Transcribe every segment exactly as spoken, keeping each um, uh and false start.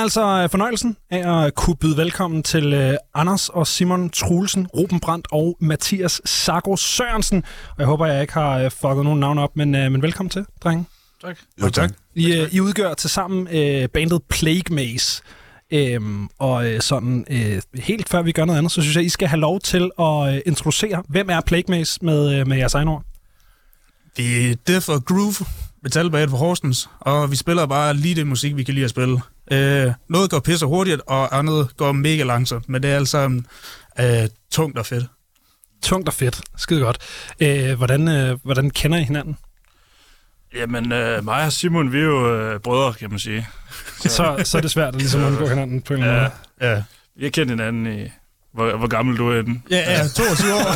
altså fornøjelsen af at kunne byde velkommen til uh, Anders og Simon Troelsen, Ruben Brandt og Mathias Sago Sørensen. Og jeg håber, jeg ikke har uh, fucket nogen navne op, men, uh, men velkommen til, drenge. Tak. Jo, tak. I, uh, I udgør til sammen uh, bandet Plague Maze. Um, og uh, sådan uh, helt før vi gør noget andet, så synes jeg, I skal have lov til at uh, introducere, hvem er Plague Maze med, uh, med jeres egen ord. Vi er Death og Groove metalband på Horsens, og vi spiller bare lige det musik, vi kan lide at spille. Øh, noget går pisse hurtigt, og andet går mega langsomt, men det er alt sammen øh, tungt og fedt. Tungt og fedt. Skide godt. Øh, hvordan, øh, hvordan kender I hinanden? Jamen, øh, mig og Simon, vi er jo øh, brødre, kan man sige. Så, så, så er det svært at ligesom undgå hinanden på en ja, måde. Ja, vi har kendt hinanden i... Hvor, hvor gammel du er den? Ja, ja, toogtyve år.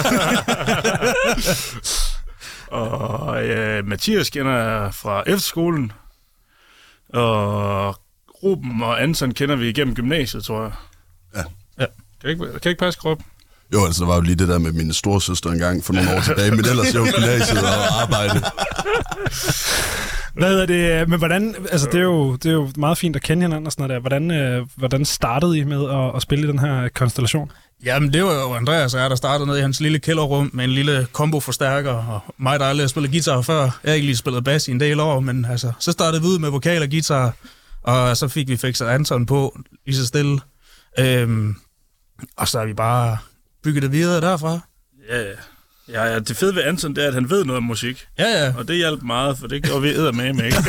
Og ja, Mathias kender jeg fra efterskolen. Og Ruben og Anton kender vi igennem gymnasiet, tror jeg. Ja. Ja. Kan ikke, kan ikke passe, Krop? Jo, altså der var jo lige det der med min storesøster engang for nogle år tilbage, men ellers jo gymnasiet og arbejde. Hvad er det? Men hvordan, altså det er jo, det er jo meget fint at kende hinanden og sådan noget der. Hvordan, øh, hvordan startede I med at, at spille i den her konstellation? Jamen, det var jo Andreas og jeg, der startede ned i hans lille kælderrum med en lille kombo-forstærker, og mig, der aldrig har spillet guitar før. Jeg har ikke lige spillet bass i en del år, men altså, så startede vi ud med vokal og guitar, og så fik vi fikset Anton på, lige så stille. Øhm, og så har vi bare bygget det videre derfra. Ja, ja, ja. Det fede ved Anton, det er, at han ved noget om musik. Ja, ja. Og det hjalp meget, for det gjorde vi eddermame, ikke?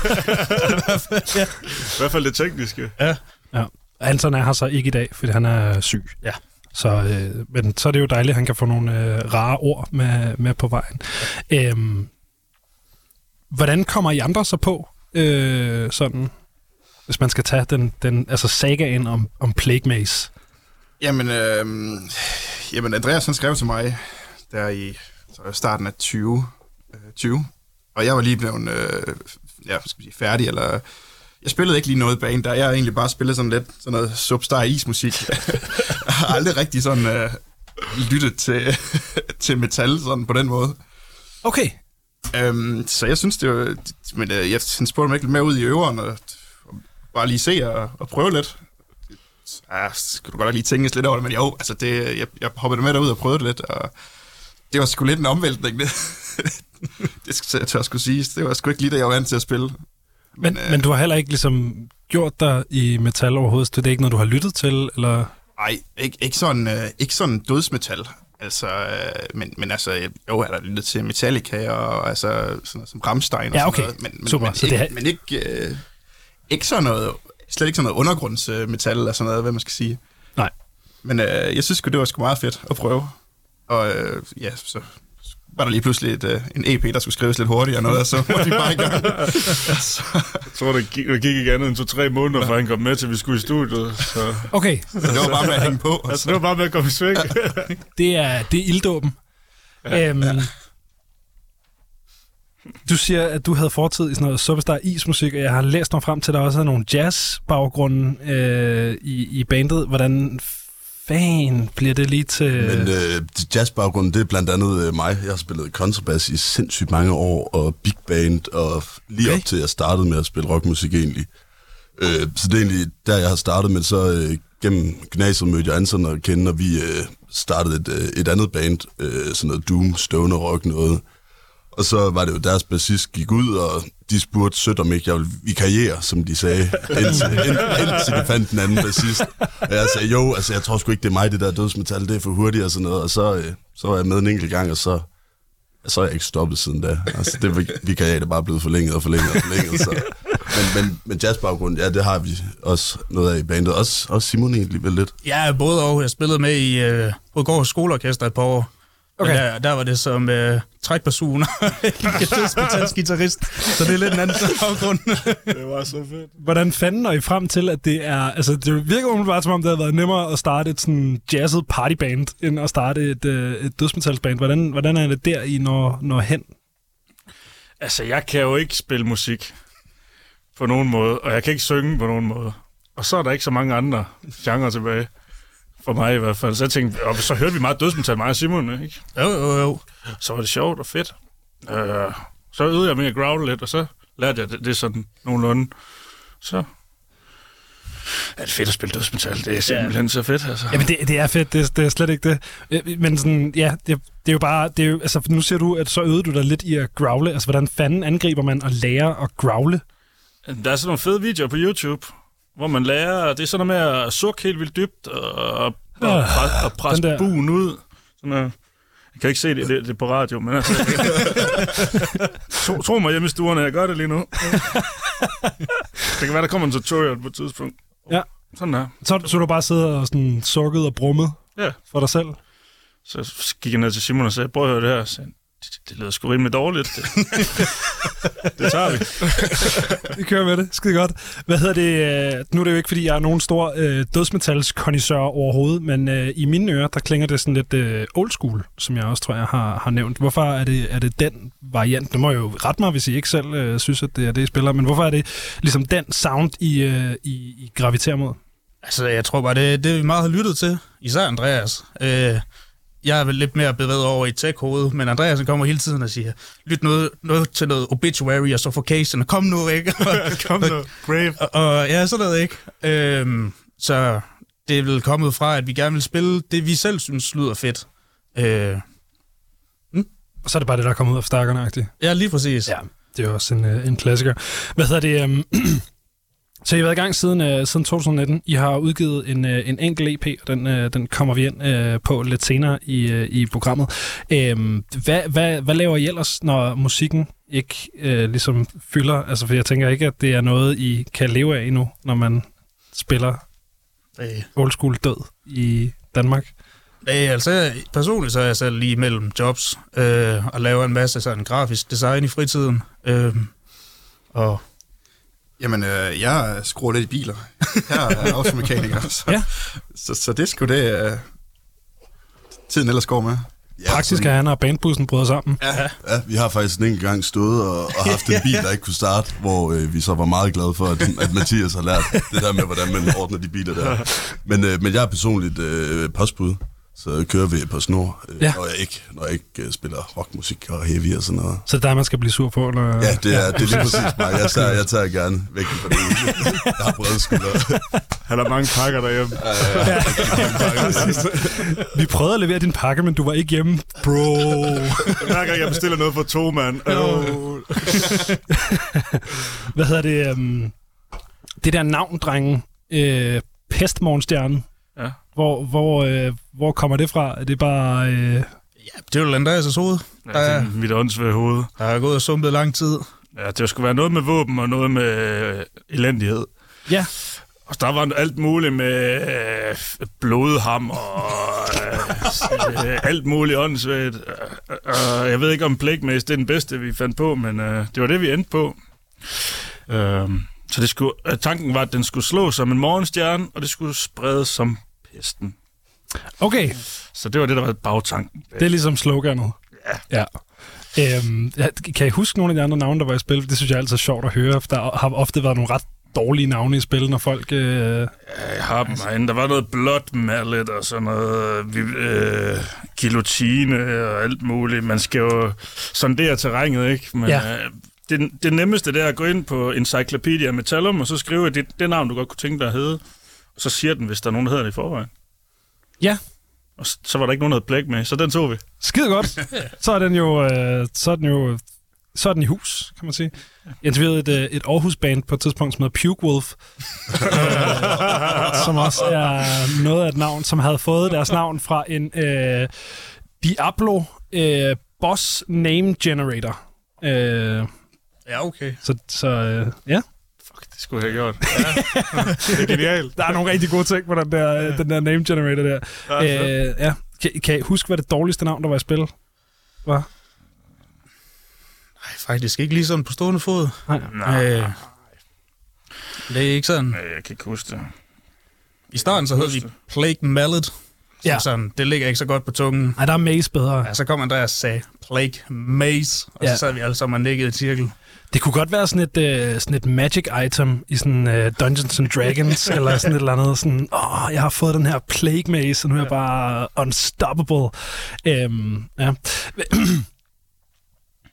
Ja. I hvert fald det tekniske. Ja. Ja. Anton er her så ikke i dag, fordi han er syg. Ja. Så, øh, men så er det jo dejligt, at han kan få nogle øh, rare ord med, med på vejen. Øhm, hvordan kommer I andre så på, øh, sådan, hvis man skal tage den, den altså sagaen om, om Plague Maze? Jamen, øh, jamen, Andreas han skrev til mig der i så starten af tyve, tyve, og jeg var lige blevet øh, ja, skal vi sige, færdig, eller... Jeg spillede ikke lige noget band der. Jeg har egentlig bare spillet sådan lidt sådan noget substar ismusik. Jeg har aldrig rigtig sådan øh, lyttet til, til metal sådan på den måde. Okay. Øhm, så jeg synes, det var... Men øh, jeg spurgte mig ikke lidt mere ud i øveren, og, og bare lige se og, og prøve lidt. Ja, skal du godt lige tænkes lidt over det, men jo, altså det, jeg, jeg hoppede med derud og prøvede det lidt, og det var sgu lidt en omvæltning, det. Det skal jeg tør sgu sige. Det var sgu ikke lige det, jeg var vant til at spille. Men, men, øh, men du har heller ikke ligesom gjort dig i metal overhovedet, så det er ikke noget, du har lyttet til, eller? Nej, ikke, ikke sådan, øh, ikke sådan dødsmetal. Altså, øh, men, men altså, jo, jeg har lyttet til Metallica og altså sådan noget som Rammstein og ja, okay. sådan noget. Men, men, super. Men, så ikke, det er... men ikke, øh, ikke sådan noget, slet ikke sådan noget undergrundsmetal eller sådan noget, hvad man skal sige. Nej. Men øh, jeg synes sgu, det var sgu meget fedt at prøve. Og øh, ja, så var der lige pludselig et, uh, en E P, der skulle skrives lidt hurtigere og noget, og så var vi bare i gang. Så. Jeg tror, det gik, det gik ikke andet end to-tre måneder, før han kom med til, vi skulle i studiet. Så. Okay. Så det var bare med at hænge på. Altså, det var bare med at komme i sving. det, er, det er ilddåben. Ja, øhm, ja. Du siger, at du havde fortid i sådan noget superstar ismusik, og jeg har læst mig frem til, at der også er nogle jazz-baggrunde øh, i, i bandet. Hvordan fan bliver det lige til... Men øh, jazzbaggrunden, det er blandt andet øh, mig. Jeg har spillet kontrabas i sindssygt mange år, og big band, og lige okay. op til, jeg startede med at spille rockmusik egentlig. Øh, så det er egentlig der, jeg har startet med, så øh, gennem gymnasiet mødte jeg Anson og kende, og vi øh, startede et, øh, et andet band, øh, sådan noget doom, stoner rock noget. Og så var det jo deres bassist gik ud, og de spurgte sødt, om ikke jeg ville vikariere, som de sagde, indtil, ind, indtil de fandt den anden bassist. Og jeg sagde, jo, altså jeg tror sgu ikke, det er mig, det der dødsmetal, det er for hurtigt og sådan noget. Og så, øh, så var jeg med en enkelt gang, og så, så er jeg ikke stoppet siden da. Altså det vikariat er bare blevet forlænget og forlænget og forlænget. Så. Men, men, men jazzbaggrund, ja, det har vi også noget af i bandet. Også, også Simon egentlig vel lidt. Ja, både og. Jeg spillede med i øh, Rødgårds Skoleorkester et par år. Okay. Der, der var det som øh, trækpersoner, ikke dødsmetalsgitarrist, så det er lidt en anden baggrund. Det var så fedt. Hvordan fanden når I frem til, at det er... Altså, det virker umiddelbart, som om det havde været nemmere at starte et sådan jazzet partyband, end at starte et, øh, et dødsmetalsband. Hvordan, hvordan er det der, I når, når hen? Altså, jeg kan jo ikke spille musik på nogen måde, og jeg kan ikke synge på nogen måde. Og så er der ikke så mange andre genrer tilbage. For mig i hvert fald. Så jeg tænkte, og så hørte vi meget dødsmetal, mig og Simon, ikke? Jo, jo, jo. Så var det sjovt og fedt. Øh, så øvede jeg med at growle lidt, og så lærte jeg det, det sådan nogenlunde. Så er det fedt at spille dødsmetal. Det er simpelthen ja. så fedt, altså. Jamen, det, det er fedt. Det, det er slet ikke det. Men sådan, ja, det, det er jo bare... Det er jo, altså, nu ser du, at så øvede du dig lidt i at growle. Altså, hvordan fanden angriber man at lære at growle? Der er sådan nogle fede videoer på YouTube, hvor man lærer... Det er sådan noget med at sukke helt vildt dybt og, og, og, øh, pres, og presse der... buen ud. Sådan noget. Jeg kan ikke se det, det, det er på radio, men altså... tro, tro mig hjemme i stuerne, jeg gør det lige nu. Det kan være, der kommer en tutorial på et tidspunkt. Ja. Sådan der. Så, så du bare sidder og sådan sukket og brummet ja. for dig selv? Så gik jeg ned til Simon og sagde, prøv at høre det her. Så, det, det lyder sgu rimelig dårligt. Det, det tager vi. Vi kører med det. Skide godt. Hvad hedder det? Nu er det jo ikke, fordi jeg er nogen stor øh, dødsmetalskondisør overhovedet, men øh, i mine ører, der klinger det sådan lidt øh, old school, som jeg også tror, jeg har, har nævnt. Hvorfor er det, er det den variant? Det må jo rette mig, hvis I ikke selv øh, synes, at det er det, I spiller, men hvorfor er det ligesom den sound, I, øh, I, I graviterer mod? Altså, jeg tror bare, det, det vi meget har lyttet til. Især Andreas. Øh, Jeg er vel lidt mere bevæget over i tech-hoved, men Andreas kommer hele tiden og siger, lyt noget, noget til noget obituary og suffocation, og kom nu, ikke? kom nu, brave. Og, og ja, sådan noget, ikke? Øhm, så det er vel kommet fra, at vi gerne vil spille det, vi selv synes lyder fedt. Øh, mm? Og så er det bare det, der er kommet ud af forstærkerne-agtigt. Ja, lige præcis. Ja, det er jo også en, en klassiker. Hvad hedder det... Um Så I har været i gang siden, uh, siden to tusind nitten. I har udgivet en, uh, en enkelt E P, og den, uh, den kommer vi ind uh, på lidt senere i, uh, i programmet. Uh, hvad, hvad, hvad laver I ellers, når musikken ikke uh, ligesom fylder? Altså, for jeg tænker ikke, at det er noget, I kan leve af endnu, når man spiller øh. old school død i Danmark. Nej, altså personligt så er jeg selv lige mellem jobs øh, og laver en masse sådan grafisk design i fritiden. Øh, og Jamen, øh, jeg skruer lidt i biler. Her er jeg også mekaniker. Så, ja. så, så det skulle det, øh, tiden ellers går med. Ja, praktisk er han og bandbussen bryder sammen. Ja. ja, vi har faktisk en enkelt gang stået og, og haft en bil, der ikke kunne starte, hvor øh, vi så var meget glade for, at, at Mathias har lært det der med, hvordan man ordner de biler der. Men, øh, men jeg er personligt øh, postbud, så kører vi på snor, øh, ja. når jeg ikke, når jeg ikke øh, spiller rockmusik og heavy og sådan noget. Så det er der, man skal blive sur på? Eller? Ja, det er, det er lige præcis mig. Jeg tager, jeg tager gerne væk fra det. Jeg har brede skuldre. Han har mange pakker derhjemme. Ja, ja, ja. Vi prøvede at levere din pakke, men du var ikke hjemme, bro. Hver gang jeg bestiller noget for to, mand. Oh. Hvad hedder det? Um, det der navn, drengen. Øh, Pestmorgenstjernen. Ja. Hvor, hvor, øh, hvor kommer det fra? Er det bare... Øh... Ja, det er jo Andreas' hoved. Ja, det er mit åndsvære hoved. Der har gået og sumpet lang tid. Ja, det skulle være noget med våben og noget med øh, elendighed. Ja. Og der var alt muligt med øh, blodham og øh, alt muligt åndssvagt. Og jeg ved ikke, om Plague Maze det er den bedste, vi fandt på, men øh, det var det, vi endte på. Øh, så det skulle, øh, tanken var, at den skulle slå som en morgenstjerne, og det skulle spredes som pesten. Okay. Så det var det, der var bagtanken. Det er ligesom sloganet. Ja. Ja. Øhm, kan I huske nogle af de andre navne, der var i spil? Det synes jeg altid er sjovt at høre, for der har ofte været nogle ret dårlige navne i spil, når folk... Øh... Ja, jeg har dem herinde. Der var noget Blood Mallet og sådan noget øh, guillotine og alt muligt. Man skal jo sondere terrænet, ikke? Men, ja. øh, det, det nemmeste det er at gå ind på Encyclopedia Metallum, og så skrive det, det navn, du godt kunne tænke dig at hedde. Og så siger den, hvis der er nogen, der hedder det i forvejen. Ja. Og så var der ikke nogen, der havde Plague med, så den tog vi. Skide godt. Så er den jo... Øh, så er den jo... Så er den i hus, kan man sige. Jeg interviewede et, et Aarhus-band på et tidspunkt, som hedder Puke Wolf, som også er noget af et navn, som havde fået deres navn fra en øh, Diablo øh, Boss Name Generator. Øh, ja, okay. Så, så øh, ja. Fuck, det skulle jeg have gjort. Ja. Det er genialt. Der er nogle rigtig gode ting på den der, ja. den der Name Generator der. Ja, øh, ja. Kan, kan I huske, hvad det dårligste navn, der var i spil var? Nej, faktisk ikke lige sådan på stående fod. Nej. Nej. Øh, det er ikke sådan. Nej, jeg kan ikke huske det. I starten så hed vi Plague Mallet. Ja. Sådan, det ligger ikke så godt på tungen. Nej, der er Maze bedre. Ja, så kom Andreas og sagde Plague Maze, og ja. Så sad vi alle sammen og nikkede i cirkel. Det kunne godt være sådan et, uh, sådan et magic item i sådan uh, Dungeons and Dragons, eller sådan et eller andet. Sådan, åh, oh, jeg har fået den her Plague Maze, og nu er jeg bare unstoppable. Um, ja.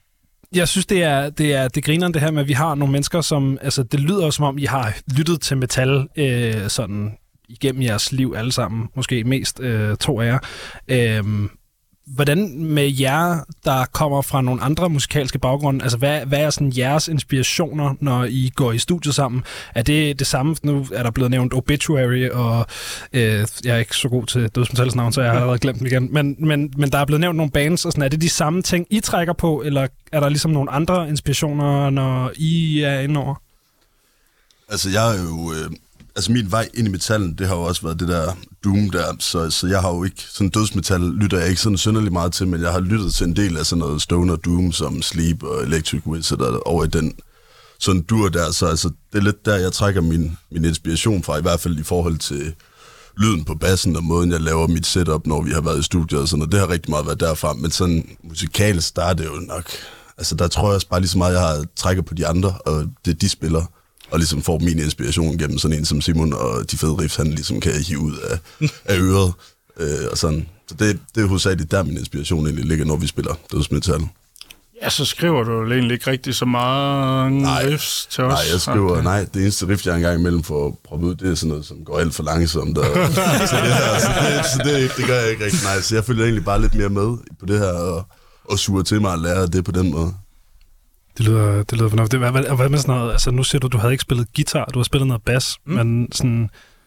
Jeg synes, det er det, er, det grinerne det her med, at vi har nogle mennesker, som... Altså, det lyder som om, I har lyttet til metal øh, sådan igennem jeres liv alle sammen. Måske mest øh, to af jer. Øh, hvordan med jer, der kommer fra nogle andre musikalske baggrunde, altså hvad, hvad er sådan jeres inspirationer, når I går i studiet sammen? Er det det samme? Nu er der blevet nævnt Obituary, og øh, jeg er ikke så god til dødsmetallets navn, så jeg har allerede glemt dem igen. Men, men, men der er blevet nævnt nogle bands, og sådan, er det de samme ting, I trækker på, eller er der ligesom nogle andre inspirationer, når I er inde over? Altså, jeg er jo... Øh, altså, min vej ind i metallen, det har jo også været det der doom der, så, så jeg har jo ikke... Sådan dødsmetal lytter jeg ikke sådan synderligt meget til, men jeg har lyttet til en del af sådan noget stoner doom, som Sleep og Electric Wizard og over i den sådan dur der, så altså, det er lidt der, jeg trækker min, min inspiration fra, i hvert fald i forhold til lyden på bassen og måden, jeg laver mit setup, når vi har været i studiet og sådan noget. Det har rigtig meget været derfra, men sådan musikalt, der er det jo nok... Altså, der tror jeg også bare lige så meget, jeg har trækket på de andre, og det de spiller, og ligesom får min inspiration gennem sådan en som Simon, og de fede riffs, han ligesom kan hive ud af, af øret, øh, og sådan. Så det, det er hovedsageligt der, min inspiration egentlig ligger, når vi spiller dødsmetal. Ja, så skriver du jo egentlig ikke rigtig så meget nej, riffs til os. Nej, jeg skriver, okay. nej, det eneste riff, jeg engang imellem får proppet ud, det er sådan noget, som går alt for langsomt. Og, så det, her, så det, så det, det gør jeg ikke rigtig. Nej, så jeg følger egentlig bare lidt mere med på det her, og, og suger til mig at lære det på den måde. Det lyder, det lyder fornuftigt. Hvad, hvad, hvad med sådan noget, altså nu siger du, du havde ikke spillet guitar, du har spillet noget bass, mm. men sådan,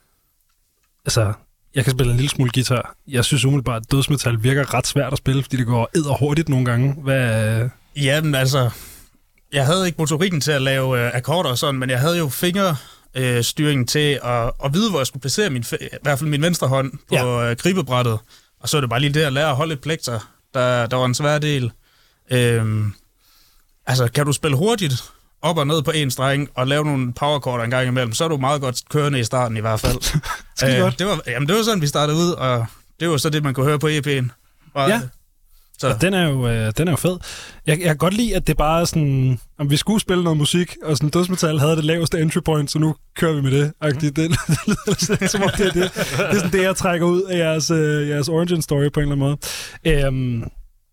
altså, jeg kan spille en lille smule guitar. Jeg synes umiddelbart, at dødsmetal virker ret svært at spille, fordi det går edder hurtigt nogle gange. Hvad... Jamen altså, jeg havde ikke motorikken til at lave øh, akkorder og sådan, men jeg havde jo fingerstyringen øh, til at, at vide, hvor jeg skulle placere min, i hvert fald min venstre hånd på ja. øh, gribebrættet. Og så er det bare lige det at lære at holde et plekter, der, der var en svær del. Øhm, altså, kan du spille hurtigt op og ned på en streng og lave nogle powerchorder en gang imellem, så er du meget godt kørende i starten i hvert fald. øh, det, var, jamen, det var sådan, vi startede ud, og det var så det, man kunne høre på E P'en. Og, ja. Så. Og den er jo øh, den er jo fed. Jeg, jeg kan godt lide, at det bare er sådan, om vi skulle spille noget musik, og sådan dødsmetal havde det laveste entry point, så nu kører vi med det. Mm. Det, det lyder som om det er det. Det er sådan det, jeg trækker ud af jeres, øh, jeres origin story på en eller anden måde. Øhm,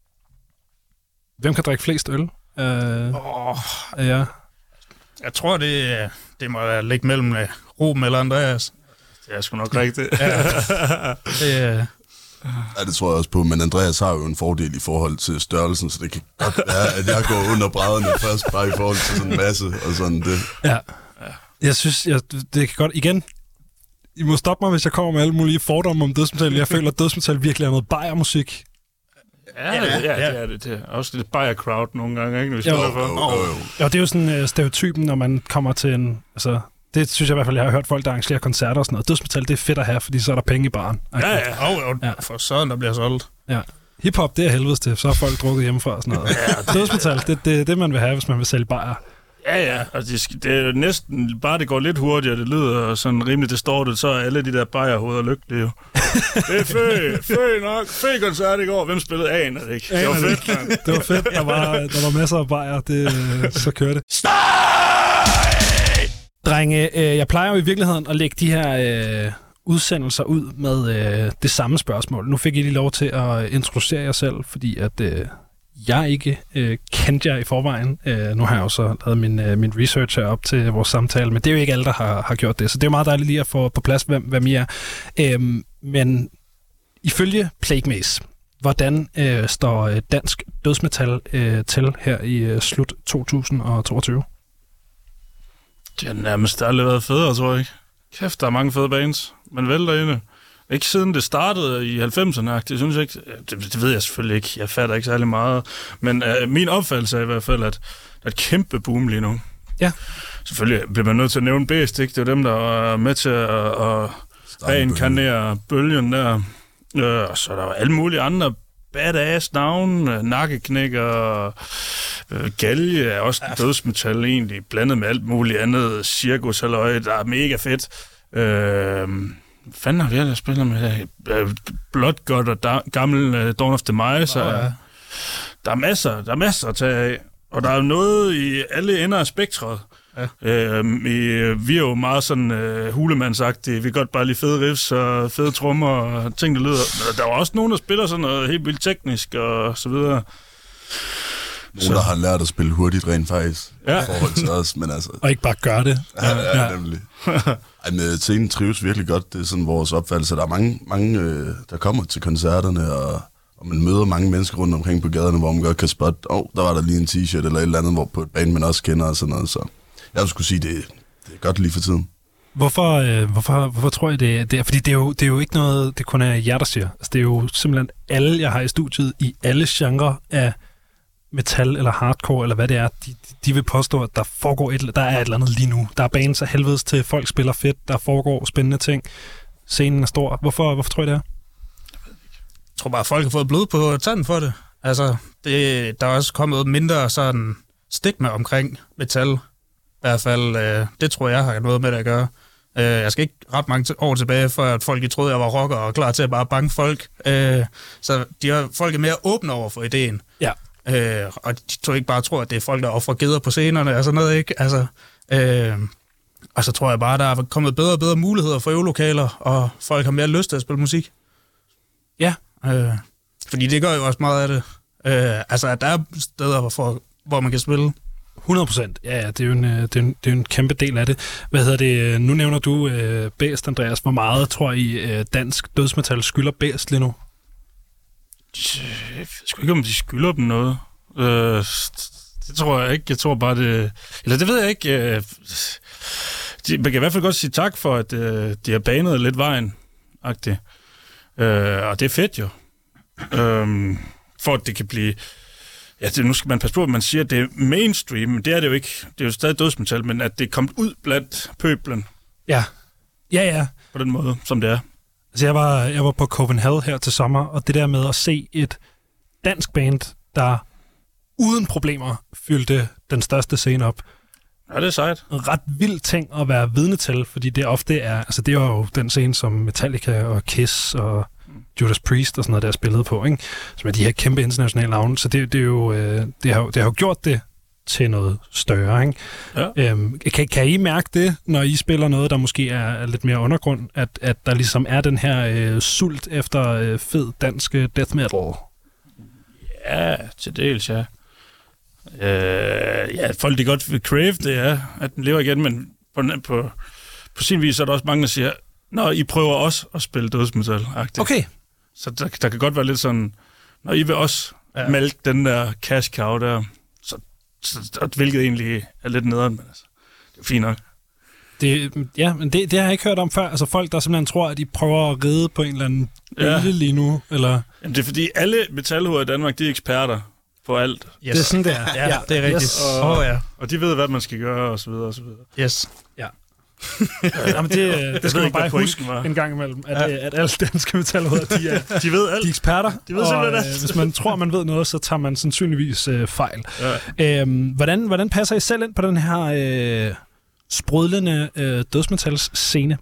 hvem kan drikke flest øl? Øh, oh, ja. Jeg tror, det, det må ligge mellem Ruben eller Andreas. Det er sgu nok rigtigt. Ja. det, Ja, det tror jeg også på, men Andreas har jo en fordel i forhold til størrelsen, så det kan godt være, at jeg går under brædderne først, bare i forhold til sådan en masse og sådan det. Ja, jeg synes, jeg, det kan godt, igen, I må stoppe mig, hvis jeg kommer med alle mulige fordomme om dødsmetal. Jeg føler, at dødsmetal virkelig er noget bajermusik. Ja, ja, ja, ja, det er det. Det er også lidt bajer crowd nogle gange, ikke? Hvis jo, jo, jo, jo, jo. Ja, det er jo sådan uh, stereotypen, når man kommer til en... Altså, det synes jeg i hvert fald, jeg har hørt folk, der arrangerer koncerter og sådan noget. Dødsmetal, det er fedt at have, fordi så er der penge i baren. Okay. Ja, ja, og, og ja. For sådan, der bliver solgt. Ja. Hip-hop, det er helvedes til. Så er folk drukket hjemmefra og sådan noget. Ja, dødsmetal, det er det, det, man vil have, hvis man vil sælge bajer. Ja, ja. Altså, det, det er jo næsten... Bare det går lidt hurtigere, det lyder sådan rimelig distortet, så er alle de der bajerhoveder lykkelige jo. Det er fedt, fedt nok. Fed koncert i går. Hvem spillede aner det ikke? Det var fedt, man. Det var fedt. Der var, der var masser af bajer. Det, så kørte det. Drenge, øh, jeg plejer jo i virkeligheden at lægge de her øh, udsendelser ud med øh, det samme spørgsmål. Nu fik I lige lov til at introducere jer selv, fordi at øh, jeg ikke øh, kendte jer i forvejen. Øh, nu har jeg jo så lavet min, øh, min research her op til vores samtale, men det er jo ikke alle, der har, har gjort det. Så det er jo meget dejligt lige at få på plads, hvem, hvem I er. Øh, men ifølge Plague Maze, hvordan øh, står dansk dødsmetal øh, til her i øh, slut to tusind toogtyve? Det har nærmest aldrig været federe, tror jeg ikke. Kæft, der er mange fede bands. Man vælter inde. Ikke siden det startede i halvfemserne, det synes jeg ikke. Det, det ved jeg selvfølgelig ikke. Jeg fatter ikke særlig meget. Men uh, min opfattelse er i hvert fald, at der er et kæmpe boom lige nu. Ja. Selvfølgelig bliver man nødt til at nævne Beast, ikke? Det er dem, der er med til at, at reinkarnere bølgen der. Uh, og så er der jo alle mulige andre badass navn, nakkeknækker, øh, galge er også ja. Dødsmetal egentlig, blandet med alt muligt andet, cirkus, halløj, der er mega fedt. Øh, fanden har vi der spiller med her? Blood God og da, gammel uh, Dawn of the Mice. Oh, ja. Der er masser, der er masser at tage af, og der er noget i alle ender af spektret. Ja. Øh, vi, vi er jo meget sådan øh, hulemandsagtige. Vi kan godt bare lide fede riffs og fede trommer og ting, der lyder. Der er også nogen, der spiller sådan noget helt vildt teknisk og så videre. nogen, der har lært at spille hurtigt rent faktisk, ja. i forhold til os, men altså... Og ikke bare gøre det. Ja, ja, ja. Nemlig. Ej, men scenen trives virkelig godt, det er sådan vores opfattelse. Der er mange, mange øh, der kommer til koncerterne, og, og man møder mange mennesker rundt omkring på gaderne, hvor man godt kan spotte, åh, oh, der var der lige en t-shirt eller et eller andet, hvor på et band, man også kender og sådan noget, så jeg skulle sige, det, det er godt lige for tiden. Hvorfor, øh, hvorfor, hvorfor tror jeg det, det er? Fordi det er, jo, det er jo ikke noget, det kun er jer, der siger. Altså, det er jo simpelthen alle, jeg har i studiet, i alle genrer af metal eller hardcore, eller hvad det er, de, de vil påstå, at der foregår et, der er et eller andet lige nu. Der er bands af helvedes til, folk spiller fedt, der foregår spændende ting. Scenen er stor. Hvorfor, hvorfor tror jeg det er? Jeg tror bare, at folk har fået blod på tanden for det. Altså, det, der er også kommet mindre sådan stigma omkring metal. I hvert fald, øh, det tror jeg har noget med det at gøre. Øh, jeg skal ikke ret mange år tilbage, før at folk de troede, jeg var rocker og klar til at bare banke folk. Øh, så de er, folk er mere åbne over for ideen. Ja. Øh, og de tror ikke bare tror, at det er folk, der offrer geder på scenerne og sådan noget, ikke? Altså, øh, og så tror jeg bare, der er kommet bedre og bedre muligheder for øvelokaler, og folk har mere lyst til at spille musik. Ja. Øh, fordi det gør jo også meget af det. Øh, altså, at der er steder, hvor, hvor man kan spille. hundrede procent. Ja, ja, det er jo en, det er en, det er en kæmpe del af det. Hvad hedder det? Nu nævner du øh, Bæst, Andreas. Hvor meget, tror I, øh, dansk dødsmetal skylder Bæst lige nu? Jeg ved sgu ikke, om de skylder dem noget. Øh, det tror jeg ikke. Jeg tror bare, det... Eller det ved jeg ikke. Øh, de, man kan i hvert fald godt sige tak for, at øh, de har banet lidt vejen-agtigt. Øh, og det er fedt jo. Øh, for at det kan blive... Ja, det, nu skal man passe på, at man siger, at det er mainstream, men det er det jo ikke. Det er jo stadig dødsmetal, men at det er kommet ud blandt pøblen. Ja. Ja, ja. På den måde, som det er. Altså, jeg var, jeg var på Copenhagen her til sommer, og det der med at se et dansk band, der uden problemer fyldte den største scene op. Ja, det er sejt. En ret vild ting at være vidne til, fordi det ofte er, altså det er jo den scene, som Metallica og Kiss og Judas Priest og sådan noget, der er spillet på, ikke? Som er de her kæmpe internationale navne. Så det, det er jo, øh, det har, det har jo gjort det til noget større, ikke? Ja. Øhm, kan, kan I mærke det, når I spiller noget, der måske er, er lidt mere undergrund, at, at der ligesom er den her øh, sult efter øh, fed dansk death metal? Ja, til dels, ja. Øh, ja, folk de godt vil crave det, ja, at den lever igen, men på, på, på sin vis er der også mange, der siger, nå, I prøver også at spille dødsmetal-agtigt. Okay. Så der, der kan godt være lidt sådan, når I vil også ja. mælke den der cash cow der, så, så, hvilket egentlig er lidt nederen, men altså, det er fint nok. Det, ja, men det, det har jeg ikke hørt om før. Altså folk, der simpelthen tror, at de prøver at ride på en eller anden bølge ja. lige nu, eller... Jamen, det er fordi, alle metalhoveder i Danmark, de er eksperter på alt. Yes. Det er sådan, det er. Ja, ja, det er rigtigt. Yes. Og, oh, ja. og de ved, hvad man skal gøre, og så videre, og så videre. Yes. Ja. Jamen det, det skal man bare huske var. en gang imellem, at, ja. at alle danske metalhoveder, de er, de ved alt. De er eksperter, de ved og øh, hvis man tror, man ved noget, så tager man sandsynligvis øh, fejl. Ja. Øhm, hvordan, hvordan passer I selv ind på den her øh, sprudlende øh, dødsmetals-scene?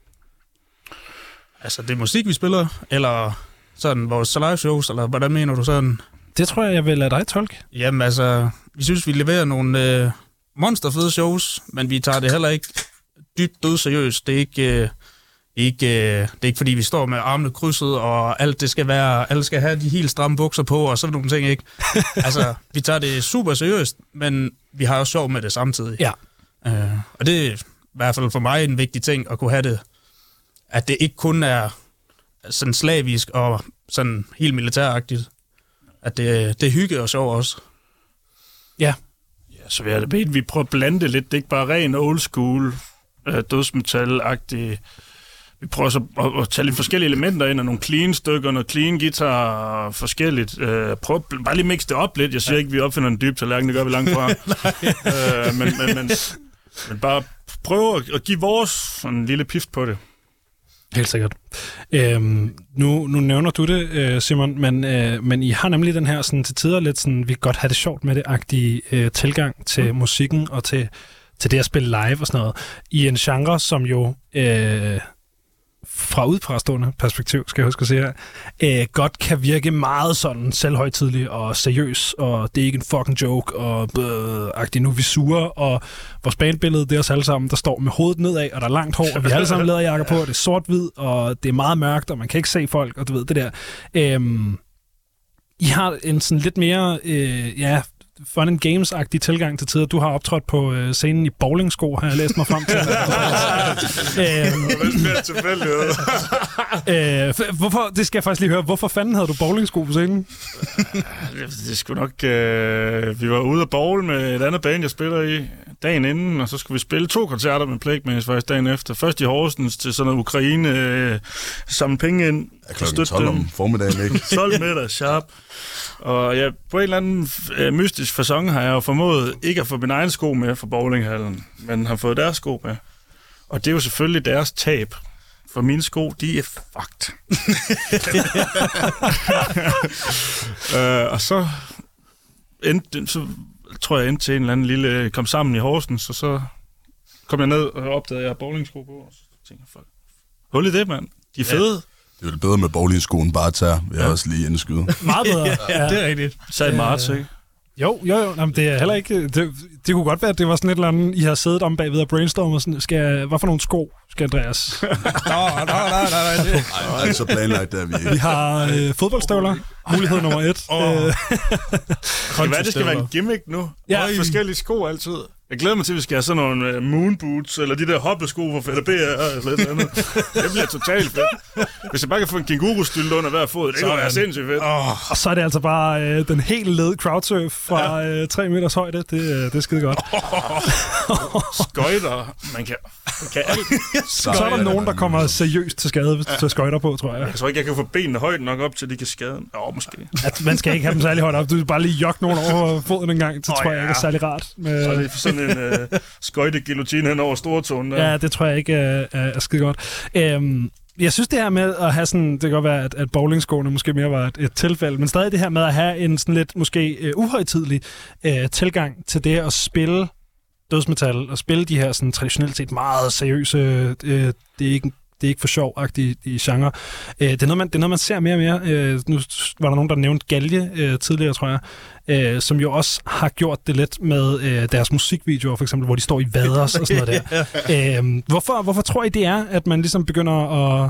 Altså, det er musik, vi spiller, eller sådan vores live shows, eller hvordan mener du sådan? Det tror jeg, jeg vil lade dig tolke. Jamen altså, vi synes, vi leverer nogle øh, monsterfede shows, men vi tager det heller ikke dybt dødseriøst. Det er ikke, øh, ikke, øh, det er ikke fordi, vi står med armene krydset, og alt det skal være, alle skal have de helt stramme bukser på, og sådan nogle ting, ikke? Altså, vi tager det super seriøst, men vi har også sjov med det samtidig. Ja. Øh, og det er i hvert fald for mig en vigtig ting, at kunne have det, at det ikke kun er sådan slavisk og sådan helt militæragtigt. At det, det er hygge og sjov også. Ja. Ja, så vi har det bedt, vi prøver at blande det lidt. Det er ikke bare ren old school, øh, dødsmetal-agtigt. Vi prøver så at, at tage lidt forskellige elementer ind, og nogle clean stykker, noget clean guitar og forskelligt. Øh, prøv bare lige mixe det op lidt. Jeg siger ja. ikke, vi opfinder en dyb tallerken, det gør vi langt fra. øh, men, men, men, men bare prøve at, at give vores sådan en lille pift på det. Helt sikkert. Øhm, nu, nu nævner du det, øh, Simon, men, øh, men I har nemlig den her sådan, til tider lidt sådan, vi kan godt have det sjovt med det-agtige øh, tilgang til mm. musikken og til, til det at spille live og sådan noget. I en genre, som jo øh, fra udefrastående perspektiv, skal jeg huske at sige her, øh, godt kan virke meget sådan selvhøjtidlig og seriøs, og det er ikke en fucking joke, og øh, nu er vi sure, og vores bandbillede, det er os alle sammen, der står med hovedet nedad, og der er langt hår, og vi har alle sammen læderjakker på, og det er sort-hvid, og det er meget mørkt, og man kan ikke se folk, og du ved, det der. Øh, I har en sådan lidt mere, øh, ja, fun and games-agtig tilgang til tider. Du har optrådt på øh, scenen i bowlingsko, har jeg læst mig frem til. øh, øh, hvorfor, det skal jeg faktisk lige høre. Hvorfor fanden havde du bowlingsko på scenen? Det skulle nok... Øh, vi var ude at bowle med et andet band, jeg spiller i dagen inden, og så skulle vi spille to koncerter med Plaguemace faktisk dagen efter. Først i Horsens til sådan noget Ukraine, øh, samle penge ind. Ja, klokken tolv om formiddagen, ikke? tolv meter, sharp. Og ja, på en eller anden øh, mystisk facon har jeg jo formået ikke at få min egen sko med fra bowlinghallen, men har fået deres sko med. Og det er jo selvfølgelig deres tab. For mine sko, de er fucked. øh, og så endte, så tror jeg endte til en eller anden lille kom sammen i Horsens, og så kom jeg ned og opdagede, at jeg har bowlingsko på, og så tænkte jeg, fuck, hul i det, mand. De er fede. Ja. Det er vel bedre med bowlingskoen bare tager, vil jeg ja. også lige indskyde. Meget bedre. Ja, det er rigtigt. Så er det marts, ikke? Jo, jo, jo. Jamen, det er heller ikke... Det, det kunne godt være, at det var sådan et eller andet, I har siddet om bagved og brainstormet og sådan, skal jeg, hvad for nogle sko skal Andreas? Nå, nej, nej, nej, nej. Nej, så planlagt der vi ikke. Vi har øh, fodboldstøvler. Mulighed nummer et. Oh. Øh. Kan være, det skal være en gimmick nu. Ja. Og forskellige sko altid. Jeg glæder mig til, at vi skal have sådan nogle uh, moonboots, eller de der hoppesko fra Fætter B R, eller et eller andet. Det bliver totalt fedt. Hvis jeg bare kan få en kænguru-stylte under hver fod, det kunne være sindssygt fedt. Oh. Og så er det altså bare øh, den helt led crowdsurf fra øh, tre meters højde. Det, øh, det er skide godt. Oh. Skøjter. Man kan, man kan alt. Så er der nogen, der kommer seriøst til skade, hvis du tager skøjter på, tror jeg. Jeg tror ikke, jeg kan få benene højt nok op, til de kan skade. Åh, måske. At man skal ikke have dem særlig højt op. Du vil bare lige jogge nogen over foden en gang. Det oh, tror jeg ja. ikke er særlig rart. Med... Så er det sådan en øh, skøjte-guillotine hen over stortåen. Der. Ja, det tror jeg ikke er, er, er skide godt. Øhm, jeg synes, det her med at have sådan... Det kan godt være, at, at bowlingskoene måske mere var et, et tilfælde, men stadig det her med at have en sådan lidt måske uh, uhøjtidlig uh, tilgang til det at spille dødsmetal og spille de her sådan traditionelt set meget seriøse... Uh, det er ikke det er ikke for sjov-agtige i genre. Øh, det, er noget, man, det er noget, man ser mere og mere. Øh, nu var der nogen, der nævnte Galje øh, tidligere, tror jeg, øh, som jo også har gjort det lidt med øh, deres musikvideoer, for eksempel, hvor de står i vaders og sådan noget der. øh, hvorfor, hvorfor tror I, det er, at man ligesom begynder at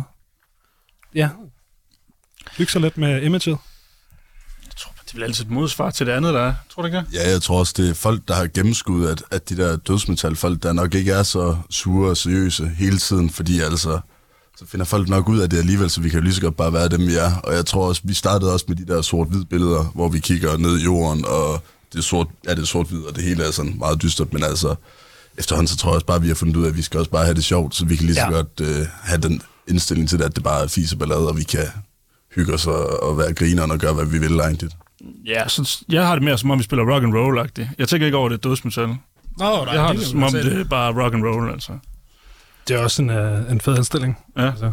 ja, bygge sig lidt med imaget? Jeg tror, det bliver altid et modsvar til det andet, der er. Tror du ikke det? Ja, jeg tror også, det er folk, der har gennemskuddet, at, at de der dødsmetal-folk, der nok ikke er så sure og seriøse hele tiden, fordi altså... så finder folk nok ud af det alligevel, så vi kan jo lige så godt bare være dem, vi er. Og jeg tror også, vi startede også med de der sort-hvid billeder, hvor vi kigger ned i jorden, og det er sort, ja, det er sort-hvid, og det hele er sådan meget dystert, men altså, efterhånden så tror jeg også bare, at vi har fundet ud af, at vi skal også bare have det sjovt, så vi kan lige så ja. godt uh, have den indstilling til det, at det bare er fiseballade, og vi kan hygge os og, og være grineren og gøre, hvad vi vil egentlig. Ja, så jeg har det mere, som om vi spiller rock and roll-agtigt. Jeg tænker ikke over det dødsmetal. Oh, jeg har det, som om det er bare rock and roll, altså. Det er også en, uh, en fed indstilling. Ja. Altså.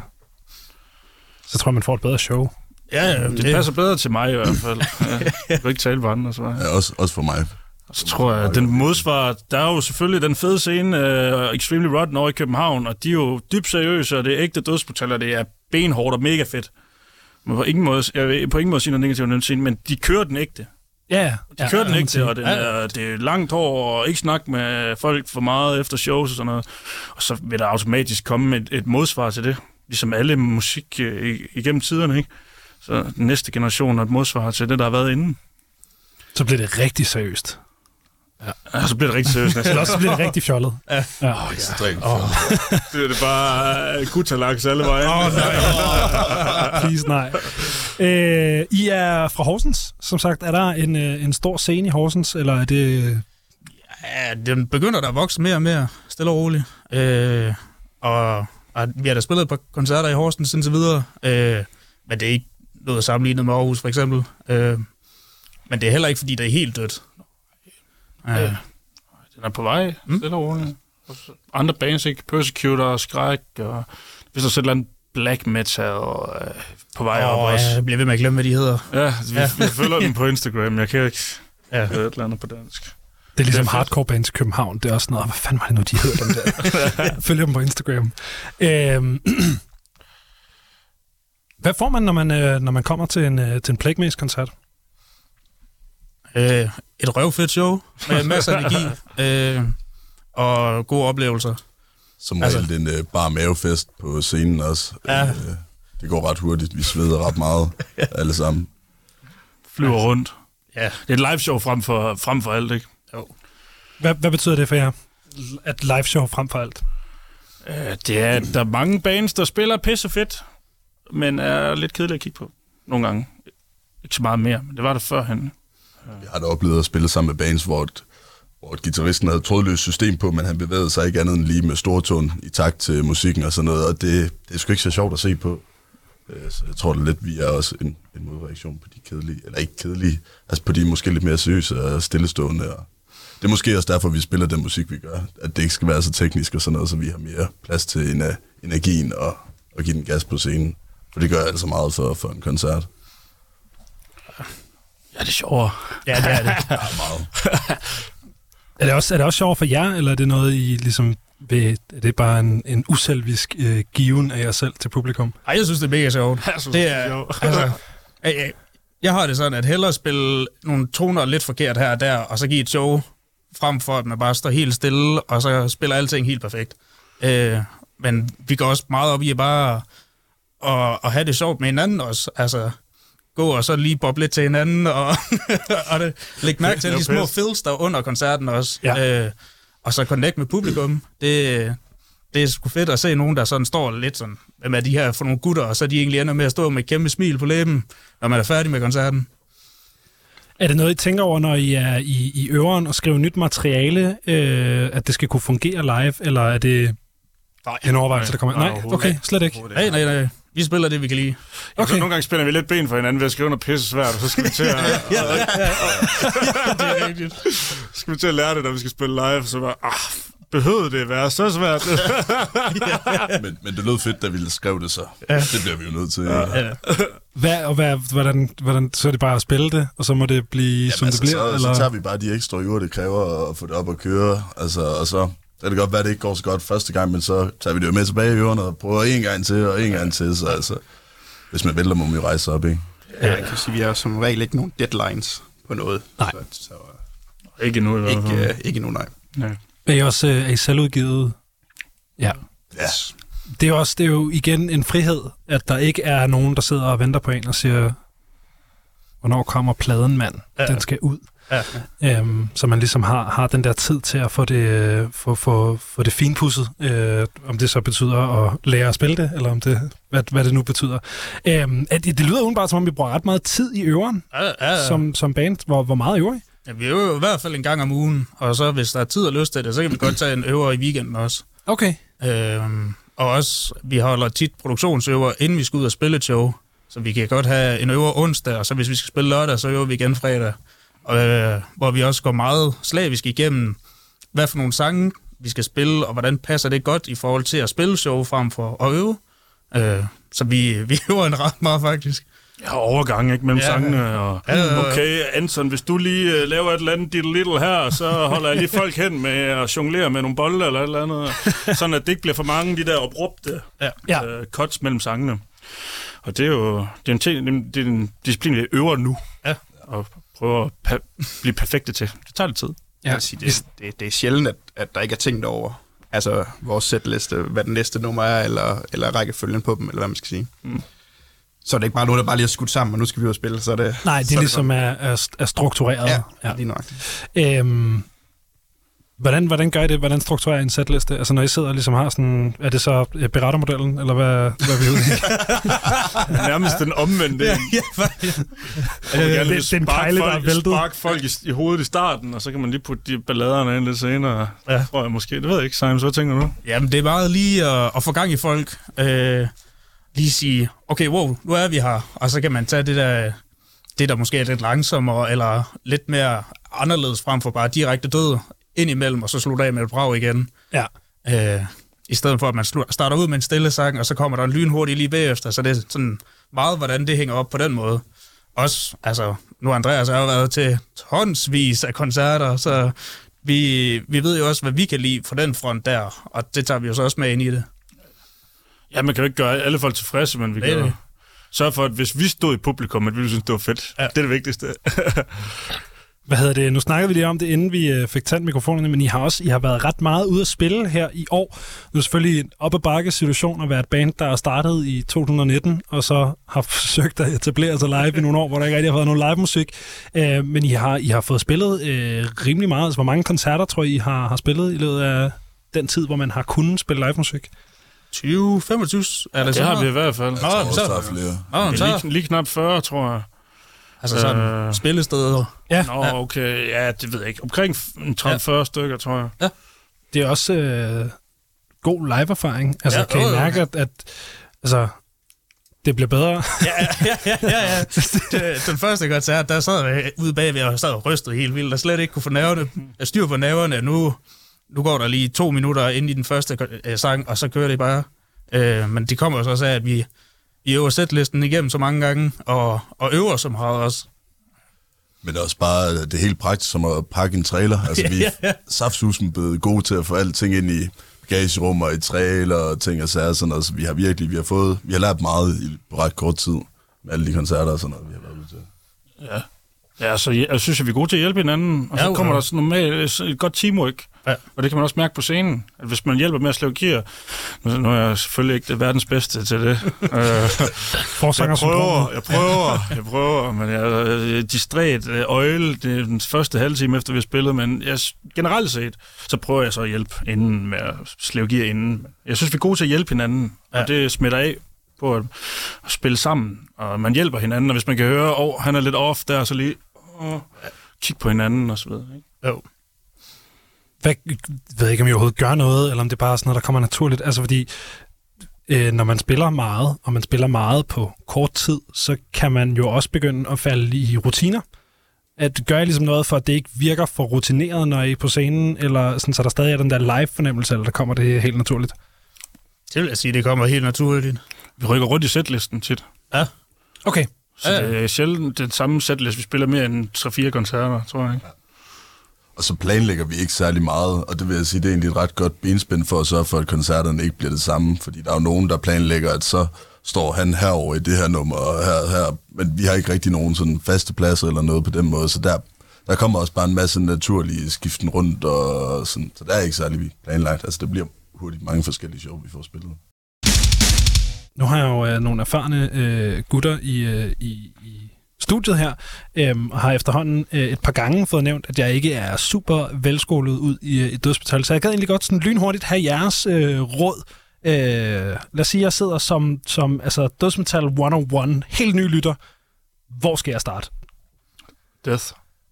Så tror jeg, man får et bedre show. Ja, ja det, det passer bedre til mig i hvert fald. Ja, jeg vil ikke tale på andre, så ja, også, også for mig. Og så tror jeg, at den modsvar, der er jo selvfølgelig den fede scene, uh, Extremely Rotten over i København, og de er jo dybt seriøse, og det er ægte dødsmetal, og det er benhårdt og mega fedt. Men på ingen måde, jeg vil på ingen måde sige noget negativt om den scene, men de kører den ægte. Ja, de kører ja, den ægte, og den er, det er langt hår, og ikke snakke med folk for meget efter shows og sådan noget. Og så vil der automatisk komme et, et modsvar til det, ligesom alle musik uh, igennem tiderne, ikke? Så den næste generation har et modsvar til det, der har været inden. Så bliver det rigtig seriøst. Ja, ja så bliver det rigtig seriøst. Eller også bliver det rigtig fjollet. Ja. Ja. Oh, ekstremt oh. Det er det bare uh, gutterlaks alle vejen. Åh, oh, nej. Please, nej. Øh, I er fra Horsens, som sagt. Er der en, en stor scene i Horsens, eller er det... Ja, den begynder der at vokse mere og mere, stille og roligt. Øh, og, og vi har da spillet på koncerter i Horsens indtil videre, øh, men det er ikke noget sammenlignet med Aarhus, for eksempel. Øh, men det er heller ikke, fordi det er helt dødt. Øh, den er på vej, mm. stille og roligt. Andre bands, ikke? Persecutor, Skræk, og hvis der sætter en black metal og, øh, på vej oh, op også. Jeg bliver ved med at glemme, hvad de hedder. Ja, vi, ja. vi følger dem på Instagram. Jeg kan ikke ja. høre et eller andet på dansk. Det er ligesom hardcore bands i København. Det er også noget, hvad fanden var det nu, de hedder dem der? Jeg følger dem på Instagram. Øhm. Hvad får man, når man, når man kommer til en, til en Plaguemace-koncert? Øh, et røvfedt show med masser af energi øh, og gode oplevelser. Som regel altså, en øh, bar mavefest på scenen også. Ja. Øh, det går ret hurtigt. Vi sveder ret meget alle sammen. Flyver rundt. Ja, det er et liveshow frem for, frem for alt, ikke? Jo. Hvad, hvad betyder det for jer, at liveshow frem for alt? Øh, det er, der er mange bands, der spiller pisse fedt, men er lidt kedeligt at kigge på. Nogle gange. Ikke så meget mere, men det var der førhen. Jeg har da oplevet at spille sammen med bands, hvor, et, hvor et guitaristen havde et trådløst system på, men han bevægede sig ikke andet end lige med stortone i takt til musikken og sådan noget, og det, det er sgu ikke så sjovt at se på. Så jeg tror det lidt, vi er også en, en modreaktion på de kedelige, eller ikke kedelige, altså på de måske lidt mere seriøse og stillestående. Og det er måske også derfor, vi spiller den musik, vi gør, at det ikke skal være så teknisk og sådan noget, så vi har mere plads til en, uh, energien og, og give den gas på scenen. For det gør altså meget for, for en koncert. Ja, det er sjovere. Ja, det er det. Ja, meget. Er det også, er det også sjovt for jer, eller er det noget, I ligesom ved, er det bare en, en uselvisk øh, given af jer selv til publikum? Ej, jeg synes, det er mega sjovt. Jeg synes, Det er, sjovt. altså, jeg, jeg, jeg har det sådan, at hellere spille nogle toner lidt forkert her og der, og så give et show, frem for at man bare står helt stille, og så spiller alting helt perfekt. Øh, men vi går også meget op i at bare at, at have det sjovt med hinanden også. Altså, gå og så lige boble lidt til hinanden, og, og det, læg mærke til de små fills, der er under koncerten også. Ja. Øh, og så connect med publikum. Det, det er sgu fedt at se nogen, der sådan står lidt sådan, med de her for nogle gutter, og så de egentlig ender med at stå med et kæmpe smil på læben, når man er færdig med koncerten. Er det noget, I tænker over, når I er i, i øveren og skriver nyt materiale, øh, at det skal kunne fungere live, eller er det Nej, en overvejelse, der kommer? nej, Nej, okay, slet ikke. nej, nej, nej. Vi spiller det, vi kan lide. Okay. Så nogle gange spiller vi lidt ben for hinanden ved at skrive noget pisse svært, og så skal vi til at, ja, ja, ja. Det er rigtigt. skal vi til at lære det, når vi skal spille live, så bare, ah, behøvede det at være så svært? men, men det lød fedt, da vi skrev det så. Ja. Det bliver vi jo nødt til. Ja. Ja. Hvad, og hvad, hvordan, hvordan, så er det bare at spille det, og så må det blive, Jamen, som altså, det bliver? så, eller? så tager vi bare de ekstra uger, det kræver at få det op at køre. Altså, og så det kan godt være, at det ikke går så godt første gang, men så tager vi det jo med tilbage i ørerne og prøver en gang til og en gang til. Så altså, hvis man vælter, må man jo rejse op, ikke? Ja, jeg kan sige, vi har som regel ikke nogen deadlines på noget. Nej. Så, så Ikke endnu i hvert fald. ikke, uh, ikke endnu, nej. Nej. Er I også øh, er I selvudgivet? Ja. Ja. Det er, også, det er jo igen en frihed, at der ikke er nogen, der sidder og venter på en og siger, hvornår kommer pladen, mand? Ja. Den skal ud. Ja. Øhm, så man ligesom har, har den der tid til at få det, få, få, få det finpudset, øh, om det så betyder at lære at spille det, eller om det, hvad, hvad det nu betyder. Øhm, at det, det lyder udenbart, som om vi bruger ret meget tid i øveren, Ja, ja, ja. som, som band. Hvor, hvor meget øver I? Ja, vi øver jo i hvert fald en gang om ugen, og så hvis der er tid og lyst til det, så kan vi godt tage en øver i weekenden også. Okay. Øhm, og også, vi holder tit produktionsøver, inden vi skal ud og spille et show. Så vi kan godt have en øver onsdag, og så hvis vi skal spille lørdag, så øver vi igen fredag. Og, øh, hvor vi også går meget slavisk igennem, hvad for nogle sange vi skal spille, og hvordan passer det godt i forhold til at spille show frem for at øve. Øh, så vi, vi øver en ret meget faktisk. Ja, overgang, ikke, mellem Ja. sangene, og Ja. okay, Anton, hvis du lige uh, laver et eller andet diddle little her, så holder jeg lige folk hen med at jonglere med nogle bolde eller et eller andet, sådan at det ikke bliver for mange de der oprupte Ja. Ja. uh, cuts mellem sangene. Og det er jo det er en, ting, det er en disciplin, vi øver nu, Ja. og prøver at pa- blive perfekte til. Det tager lidt tid. Jeg vil sige, det, det, det er sjældent, at, at der ikke er tænkt over altså vores sætliste, hvad den næste nummer er, eller, eller rækkefølgen på dem, eller hvad man skal sige. Mm. Så er det ikke bare noget, der bare lige er skudt sammen, og nu skal vi jo spille, så er det... Nej, det så er ligesom sådan. er, er, er struktureret. Ja, Ja. ja. Lige nok. Øhm, hvordan, hvordan gør I det? Hvordan strukturerer I en setliste? Altså når I sidder og ligesom har sådan... Er det så øh, berettermodellen, eller hvad, hvad er vi ude i? Nærmest den omvendte. Ja, ja, faktisk. Øh, det- det er en pejle, der er væltet. Spark folk i, i hovedet i starten, og så kan man lige putte de balladerne ind lidt senere. Ja. Tror jeg måske. Det ved jeg ikke, Simon. Hvad tænker du? Jamen, det er meget lige at, at få gang i folk. Øh, lige sige, okay, wow, nu er vi her. Og så kan man tage det der, det der måske er lidt langsommere, eller lidt mere anderledes frem for bare direkte død ind imellem, og så slutte af med et brag igen. Ja. Øh, I stedet for, at man slu- starter ud med en stille sang, og så kommer der en lynhurtig lige bagefter. Så det er sådan meget, hvordan det hænger op på den måde. Også, altså, nu Andreas har jo været til tonsvis af koncerter, så vi, vi ved jo også, hvad vi kan lide fra den front der, og det tager vi jo så også med ind i det. Ja, man kan jo ikke gøre alle folk tilfredse, men vi Det er kan det. sørge for, at hvis vi stod i publikum, at vi ville synes, det var fedt. Ja. Ja. Det er det vigtigste. Hvad hedder det? Nu snakkede vi lige om det, inden vi øh, fik tændt mikrofonerne, men I har også I har været ret meget ude at spille her i år. Nu er det selvfølgelig en op ad bakke situation at være et band, der er startet i to tusind nitten, og så har forsøgt at etablere sig live i nogle år, hvor der ikke rigtig har været noget live musik. Øh, men I har, I har fået spillet øh, rimelig meget. Altså, hvor mange koncerter, tror I, I har, har spillet i løbet af den tid, hvor man har kunnet spille live musik? tyve femogtyve er det, det så? har vi i hvert fald. Jeg tror også, der er flere. Nå, så, lige, lige knap fyrre, tror jeg. altså sådan Øh. spillesteder. Ja, Nå, okay. Ja, det ved jeg ikke. Omkring tredive til fyrre stykker, tror jeg. det er også øh, god live-erfaring. Altså, Ja, kan I øh, mærke, at, at altså, det bliver bedre? Ja, ja, ja, ja, ja. Det, den første koncert, der sad jeg ude bagved og sad og rystede helt vildt, og slet ikke kunne få nerverne, jeg styr på nerverne. Nu, nu går der lige to minutter ind i den første øh, sang, og så kører det bare. Øh, men det kommer jo så også af, at vi, vi øver sætlisten igennem så mange gange, og, og øver så meget også. Men det er også bare det er helt praktisk som at pakke en trailer. Altså, vi er saftsusen blevet gode til at få alting ind i bagagerum og i trailer og ting og sager. Sådan noget. Så vi har virkelig vi har fået, vi har lært meget i, på ret kort tid med alle de koncerter og sådan noget, vi har været ude til. Ja. Ja, så jeg, jeg synes, at vi er gode til at hjælpe hinanden, og så Ja, kommer ja. der sådan normalt et godt teamwork. Ja. Og det kan man også mærke på scenen, at hvis man hjælper med at slæve gear, nu, nu er jeg selvfølgelig ikke det verdens bedste til det. øh, jeg prøver, jeg prøver, jeg prøver, men jeg er distræt øjle det er den første halve time efter vi har spillet, men jeg, generelt set, så prøver jeg så at hjælpe inden med at slæve gear inden. Jeg synes, vi er gode til at hjælpe hinanden, ja. Og det smitter af på at, at spille sammen, og man hjælper hinanden, og hvis man kan høre, åh, oh, han er lidt off der, så lige åh, kig på hinanden og så videre, ikke? Jo. Hvad, jeg ved ikke, om I overhovedet gør noget, eller om det bare er sådan noget, der kommer naturligt. Altså fordi, øh, når man spiller meget, og man spiller meget på kort tid, så kan man jo også begynde at falde i rutiner. At gør jeg ligesom noget for, at det ikke virker for rutineret, når I er på scenen, eller sådan, så der stadig er den der live-fornemmelse, eller der kommer det helt naturligt? Det vil jeg sige, det kommer helt naturligt. Vi rykker rundt i setlisten tit. Ja. Okay. Så ja. Det er sjældent den samme setlist. Vi spiller mere end tre fire koncerter, tror jeg. Ikke? Og så planlægger vi ikke særlig meget, og det vil jeg sige, det er egentlig et ret godt benspænd for at sørge for, at koncerterne ikke bliver det samme, fordi der er jo nogen, der planlægger, at så står han herover i det her nummer, og her, her, men vi har ikke rigtig nogen sådan faste pladser eller noget på den måde, så der, der kommer også bare en masse naturlige skiften rundt, og sådan, så der er ikke særlig planlagt. Altså, det bliver hurtigt mange forskellige show, vi får spillet. Nu har jeg jo øh, nogle erfarne øh, gutter i, øh, i, i studiet her, øh, og har efterhånden øh, et par gange fået nævnt, at jeg ikke er super velskolet ud i, i dødsmetal. Så jeg gad egentlig godt sådan lynhurtigt have jeres øh, råd. Øh, lad os sige, at jeg sidder som, som altså, dødsmetal et nul et, helt ny lytter. Hvor skal jeg starte? Death.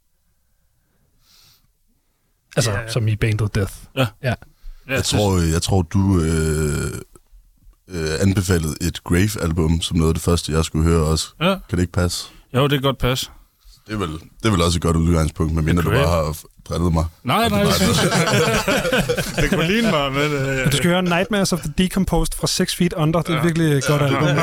Altså, Yeah. som i bandet Death. Ja. Ja. Jeg tror, jeg tror du øh, øh, anbefalede et Grave-album som noget af det første, jeg skulle høre også. Ja. Kan det ikke passe? Jo, det kan godt passe. Det er vel, det er vel også et godt udgangspunkt, medmendre du Grave. bare har drillet mig. Nej, nej, det, det kunne ligne mig, men... Øh, Du skal høre Nightmares of the Decomposed fra Six Feet Under. Det er virkelig et godt album.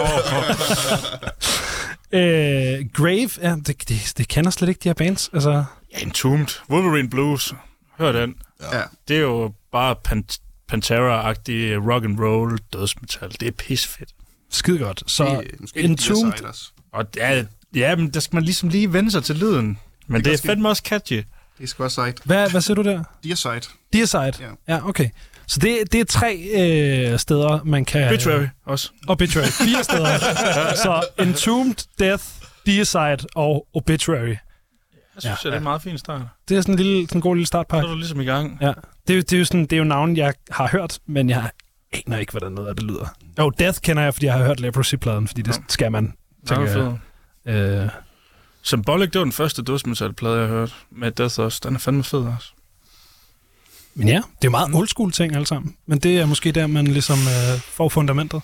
øh, Grave, ja, det, det, det kender slet ikke de her bands. Altså, ja, Entombed. Wolverine Blues. Hør den. Ja. Det er jo bare pan- Pantera-agtig rock and roll dødsmetal. Det er pisfedt. skide godt. Så Det er måske lidt Entombed, Deicide også. Og ja, ja, men der skal man ligesom lige vende sig til lyden. Men Det det, kan det ske. er fandme også catchy. Det er sgu også sejt. hvad, hvad siger du der? Deicide. Deicide? Ja. Ja, okay. Så det, det er tre øh, steder, man kan... Obituary også. Obituary. Fire steder. Så Entombed, Death, Deicide og Obituary. Jeg synes, ja, det er en meget fin start. Det er sådan en, lille, sådan en god lille Så startpakke. er du ligesom i gang. Ja. Det, er jo- det, er jo sådan, det er jo navn, jeg har hørt, men jeg aner ikke, hvordan noget af det lyder. Jo, Death kender jeg, fordi jeg har hørt Leprosy-pladen, fordi det skal man. Det er jeg. fed. Øh, Symbolic, det var den første dødsmetal-plade, jeg hørte. Med Death også. Den er fandme fed også. men ja, det er jo meget old school ting alle sammen. Men det er måske der, man ligesom øh, får fundamentet.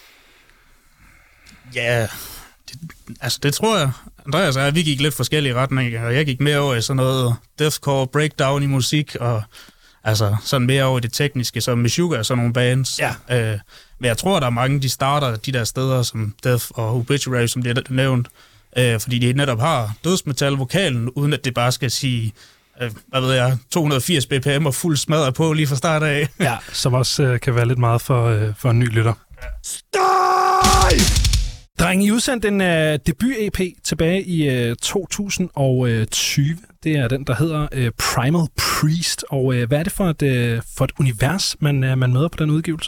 Ja, det, altså det tror jeg. Andreas og jeg, vi gik lidt forskellige retninger, og jeg gik mere over i sådan noget deathcore, breakdown i musik, og altså sådan mere over i det tekniske, som Meshuggah og sådan nogle bands. Ja. Øh, men jeg tror, der er mange, de starter de der steder, som Death og Obituary, som det er nævnt, øh, fordi de netop har dødsmetal-vokalen, uden at det bare skal sige, øh, hvad ved jeg, to hundrede og firs bpm og fuld smadret på lige fra start af. Ja, som også øh, kan være lidt meget for, øh, for en ny lytter. Støj! Drenge, I udsendte en uh, debut-E P tilbage i uh, to tusind og tyve. Det er den, der hedder uh, Primal Priest. Og uh, hvad er det for et, uh, for et univers, man, uh, man møder på den udgivelse?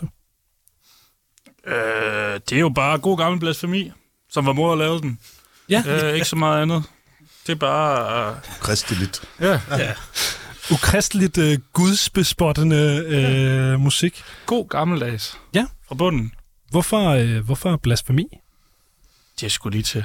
Øh, det er jo bare god gammel blasfemi, som var mor at lave den. Ja. Øh, ikke så meget andet. Det er bare... Uh... Kristeligt. Ja. ja. Ukristeligt, uh, gudsbespottende uh, musik. God gammeldags. Ja. Fra bunden. Hvorfor, uh, hvorfor blasfemi? Det er sgu lige til.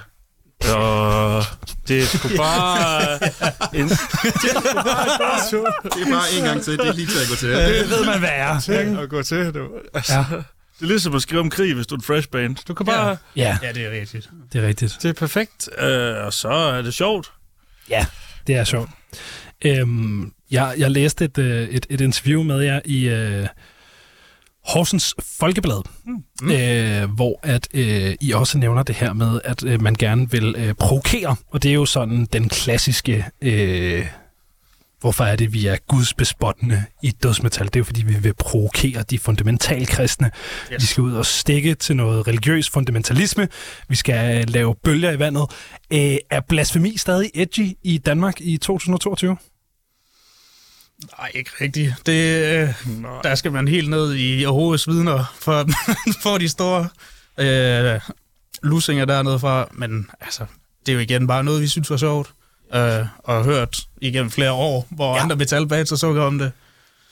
Og det er sgu bare... en... det er sgu bare... Det er bare en gang til. Det er lige til at gå til. Det ved man, hvad er. Til at gå til. Du. Altså, ja. Det er ligesom at skrive om krig, hvis du er en fresh band. Du kan bare... Ja, Ja, det er rigtigt. det er rigtigt. Det er perfekt. Øh, og så er det sjovt. Ja, det er sjovt. Øhm, jeg, jeg læste et, et, et interview med jer i øh, Horsens Folkeblad, mm. øh, hvor at øh, I også nævner det her med, at øh, man gerne vil øh, provokere, og det er jo sådan den klassiske... Øh, hvorfor er det, vi er gudsbespottende i dødsmetal? Det er jo, fordi vi vil provokere de fundamentale kristne. Yes. Vi skal ud og stikke til noget religiøs fundamentalisme. Vi skal lave bølger i vandet. Øh, er blasfemi stadig edgy i Danmark i to tusind og toogtyve? Nej, ikke rigtigt. Det, øh, der skal man helt ned i Jehovas vidner for, for de store øh, lusinger dernede fra. Men altså, det er jo igen bare noget, vi synes var sjovt. Øh, og har hørt igennem flere år, hvor ja. andre metalbands har sukket om det.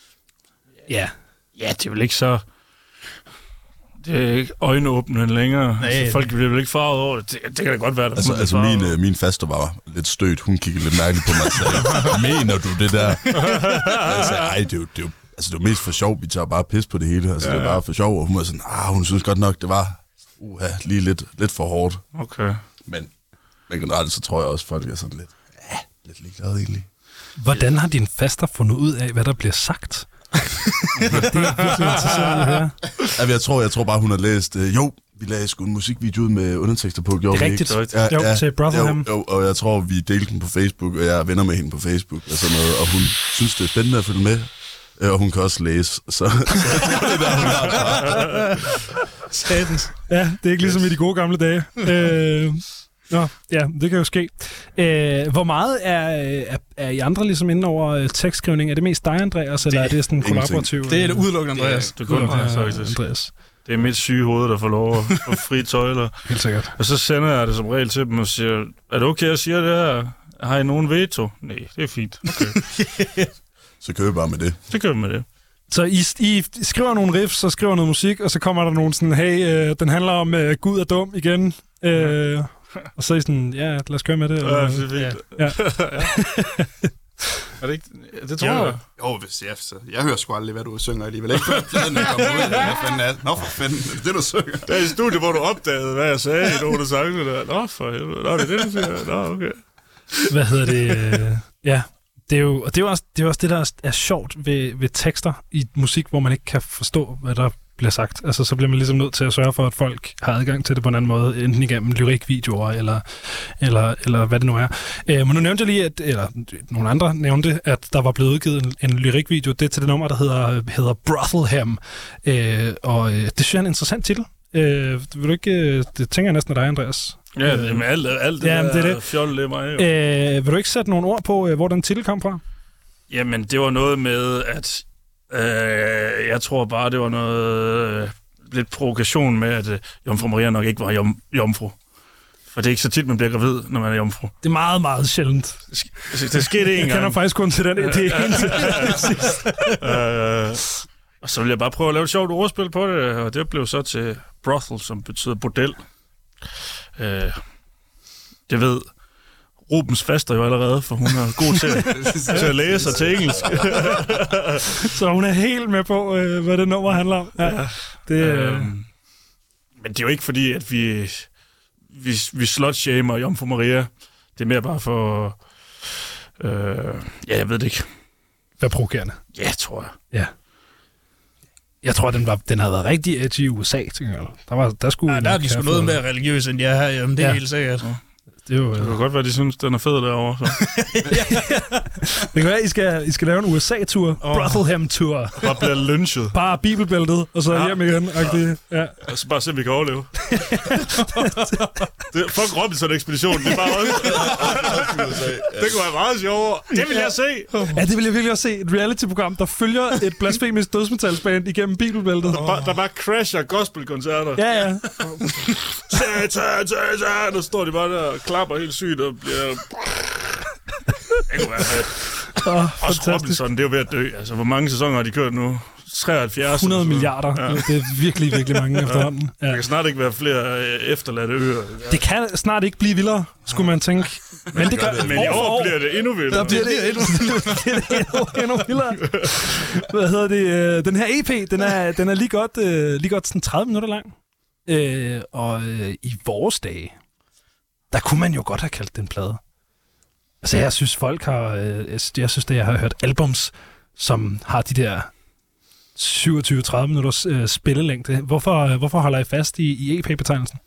Ja. Ja, det er vel ikke så... Det er ikke øjenåbnende længere. Nej, altså, folk bliver vel ikke farvet over det. Det, det kan da godt være, der Altså, altså min, øh, min faster var lidt stødt. Hun kiggede lidt mærkeligt på mig og sagde, mener du det der? Jeg sagde, ej, det er jo, det er jo, altså, det er jo mest for sjov. Vi tager bare pis på det hele. Altså, ja, ja. Det er bare for sjov. Og hun var sådan, ah, hun synes godt nok, det var uha, lige lidt, lidt for hårdt. Okay. Men, men generelt, så tror jeg også, folk er sådan lidt, ja, lidt ligeglade egentlig. Hvordan har din faster fundet ud af, hvad der bliver sagt? Det er virkelig interessant at høre. Ja, jeg tror, jeg tror bare, hun har læst, øh, jo, vi lagde sgu en musikvideo ud med undertekster på, gjorde Det er vi rigtigt. ikke? Ja, Jo, ja, til Brotherham. Jo, jo, og jeg tror, vi delte den på Facebook, og jeg er venner med hende på Facebook og sådan noget, og hun synes, det er spændende at følge med, øh, og hun kan også læse, så, så det er der, hun har Statens. Ja, det er ikke ligesom i de gode gamle dage. øh, Nå, ja, det kan jo ske. Øh, hvor meget er, er, er I andre ligesom inde over tekstskrivning? Er det mest dig, Andreas, eller er det sådan en kollaborativ? Det er det udelukkende, Andreas. Det er kun Andreas. Andreas. Det er mit syge hoved, der får lov at få fri tøjler. Helt sikkert. Og så sender jeg det som regel til dem og siger, er det okay, jeg siger det her? Har I nogen veto? Nej, det er fint. Okay. Så kører vi bare med det. Så kører vi med det. Så I, I skriver nogle riffs, og skriver noget musik, og så kommer der nogen sådan, hey, øh, den handler om øh, Gud er dum igen. Øh, og så er I sådan, ja, lad os køre med det. Ja, eller, det er fint. Ja. Er det ikke? Det tror Jo. jeg. Jo, hvis jeg, så jeg hører sgu aldrig, hvad du synger alligevel. Ikke før tiden er kommet ud. Hvad fanden er det? Nå, for fanden. Det er det, du synger. Der er i studiet, hvor du opdagede, hvad jeg sagde i nogle af sangene der. Nå, for helvede. Nå, det er det, du siger. Nå, okay. Hvad hedder det? Øh, ja, det er jo, og det er jo også det, er også det der er sjovt ved, ved tekster i musik, hvor man ikke kan forstå, hvad der bliver sagt. Altså, så bliver man ligesom nødt til at sørge for, at folk har adgang til det på en anden måde, enten igennem lyrikvideoer, eller, eller, eller hvad det nu er. Øh, men nu nævnte jeg lige, at, eller nogle andre nævnte, at der var blevet udgivet en, en lyrikvideo. Det er til det nummer, der hedder, hedder Brotherham. Øh, og øh, det synes jeg er en interessant titel. Øh, vil du ikke, øh, det tænker jeg næsten af dig, Andreas. Ja, men alt, alt det ja, der det er det. fjol, det er mig jo. Øh, vil du ikke sætte nogle ord på, øh, hvor den titel kom fra? Jamen, det var noget med, at øh, jeg tror bare, det var noget øh, lidt provokation med, at øh, Jomfru Maria nok ikke var jom, jomfru. For det er ikke så tit, man bliver gravid, når man er jomfru. Det er meget, meget sjældent. Det, det skete en gang. Jeg kender faktisk kun til den. Det er øh, og så ville jeg bare prøve at lave et sjovt ordspil på det, og det blev så til brothel, som betyder bordel. Øh, det ved Rubens faster jo allerede, for hun er god til, til at læse og til engelsk. Så hun er helt med på, øh, hvad det nummer handler om. Ja, det, øh... øhm, men det er jo ikke fordi, at vi, vi, vi slutshamer Jomfru Maria. Det er mere bare for... Øh, ja, jeg ved det ikke. Hvad provokerende? Ja, tror jeg. Ja. Jeg tror, den, var, den havde været rigtig edgy i U S A, tænker jeg. Der, var, der skulle... Ja, der er de sgu noget mere religiøse, end jeg er herhjemme. Det er ja. helt sikkert. Det, er jo, det kan godt være, de synes, den er fed derovre. Så. Det kan være, I skal, I skal lave en U S A-tur. Oh. Brothelham-tur. Bare bliver lynchet. Bare bibelbæltet, og så ja. hjem igen. Ja. Ja. Og så bare se, om vi kan overleve. det, fuck Robinson-ekspeditionen, det er bare også. Det kunne være meget sjovere. Det vil jeg se. Ja, det vil jeg virkelig også se. Et reality-program, der følger et blasfemisk dødsmetalsband igennem bibelbæltet. Der, bare, der bare crasher gospelkoncerter. Ja, ja. Satan, satan, nu står de bare der og klapper helt sygt og bliver... Det kunne være fedt. Oh, også Robinson, det er jo ved at dø. Altså, hvor mange sæsoner har de kørt nu? treoghalvfjerds hundrede milliarder. Ja. Det er virkelig, virkelig mange efterhånden. Ja. Der kan snart ikke være flere efterladte øer. Ja. Det kan snart ikke blive vildere, skulle man tænke. Men, det gør, Men i år, år bliver det endnu vildere. Der bliver det endnu, endnu, endnu vildere. Hvad hedder det? Den her E P, den er, den er lige godt, lige godt sådan tredive minutter lang. Øh, og øh, i vores dage, der kunne man jo godt have kaldt den plade. Altså, jeg synes, folk har... Øh, jeg synes, det jeg har hørt albums, som har de der syvogtyve til tredive minutters øh, spillelængde. Hvorfor, øh, hvorfor holder I fast i, i E P-betegnelsen?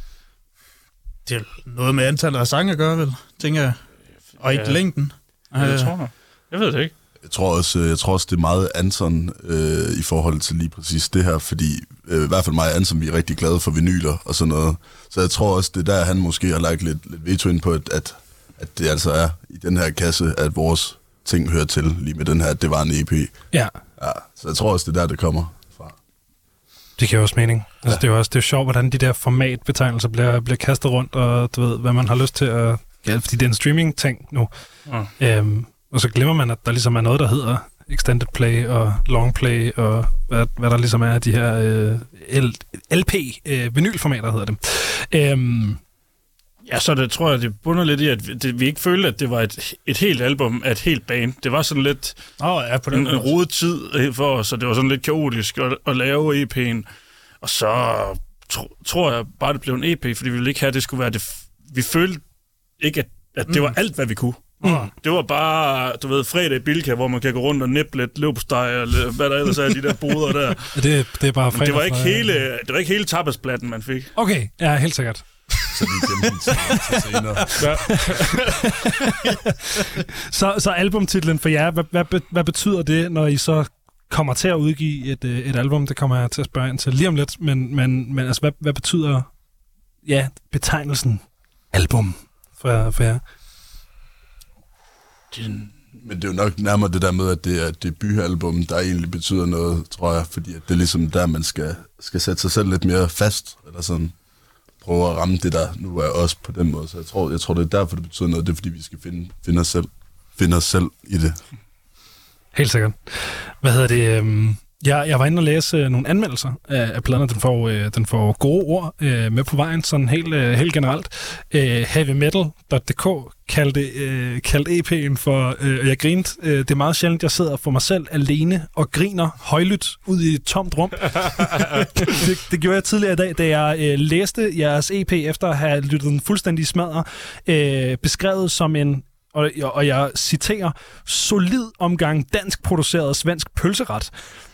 Det er noget med antallet af sange at gøre, vel? Tænker jeg. Og ikke ja. længden. Ja, jeg tror jeg. Jeg ved det ikke. Jeg tror også, jeg tror også det er meget Anton øh, i forhold til lige præcis det her, fordi øh, i hvert fald mig og Anton, vi er rigtig glade for vinyler og sådan noget. Så jeg tror også, det er der, han måske har lagt lidt, lidt veto ind på, at, at, at det altså er i den her kasse, at vores ting hører til, lige med den her, at det var en E P. Ja. Ja, så jeg tror også, det er der, det kommer fra. Det giver også mening. Altså, ja. Det er jo også det er sjovt, hvordan de der formatbetegnelser bliver, bliver kastet rundt, og du ved, hvad man har lyst til at... Ja, fordi det er en streaming-ting nu. Ja. Øhm, og så glemmer man, at der ligesom er noget, der hedder extended play og long play, og hvad, hvad der ligesom er af de her øh, L P-vinylformater, øh, hedder det. Øhm, Ja, så det tror jeg, det bunder lidt i, at det, vi ikke følte, at det var et, et helt album af et helt band. Det var sådan lidt oh, ja, på den en, en rodet tid for os, så det var sådan lidt kaotisk at, at lave E P'en. Og så tro, tror jeg bare, det blev en E P, fordi vi ville ikke have, at det skulle være det... Vi følte ikke, at, at det mm. var alt, hvad vi kunne. Mm. Det var bare, du ved, fredag i Bilka, hvor man kan gå rundt og nippe lidt løbsteg, eller hvad der ellers er, de der boder der. det, det er bare fredag. Det var ikke hele, det var ikke hele tapasplatten, man fik. Okay, ja, helt sikkert. Så lige gennem til, til senere. Ja. så, så albumtitlen for jer, hvad, hvad, hvad betyder det, når I så kommer til at udgive et, et album? Det kommer jeg til at spørge ind til lige om lidt, men, men, men altså, hvad, hvad betyder ja, betegnelsen album for, for jer? Men det er jo nok nærmere det der med, at det er et debutalbum, der egentlig betyder noget, tror jeg, fordi at det er ligesom der, man skal, skal sætte sig selv lidt mere fast, eller sådan prøve at ramme det, der nu er os på den måde. Så jeg tror, jeg tror det er derfor, det betyder noget. Det er, fordi vi skal finde, finde, os, selv, finde os selv i det. Helt sikkert. Hvad hedder det? Øhm, jeg, jeg var inde og læse øh, nogle anmeldelser af, af pladen. Den får, øh, den får gode ord øh, med på vejen, sådan helt, øh, helt generelt. Øh, heavymetal punktum d k kaldte, øh, kaldte E P'en for, øh, og jeg grinte, øh, det er meget sjældent, jeg sidder for mig selv alene og griner højlydt ud i et tomt rum. det, det gjorde jeg tidligere i dag, da jeg øh, læste jeres E P, efter at have lyttet den fuldstændig smadre, øh, beskrevet som en, og, og jeg citerer, solid omgang dansk produceret svensk pølseret.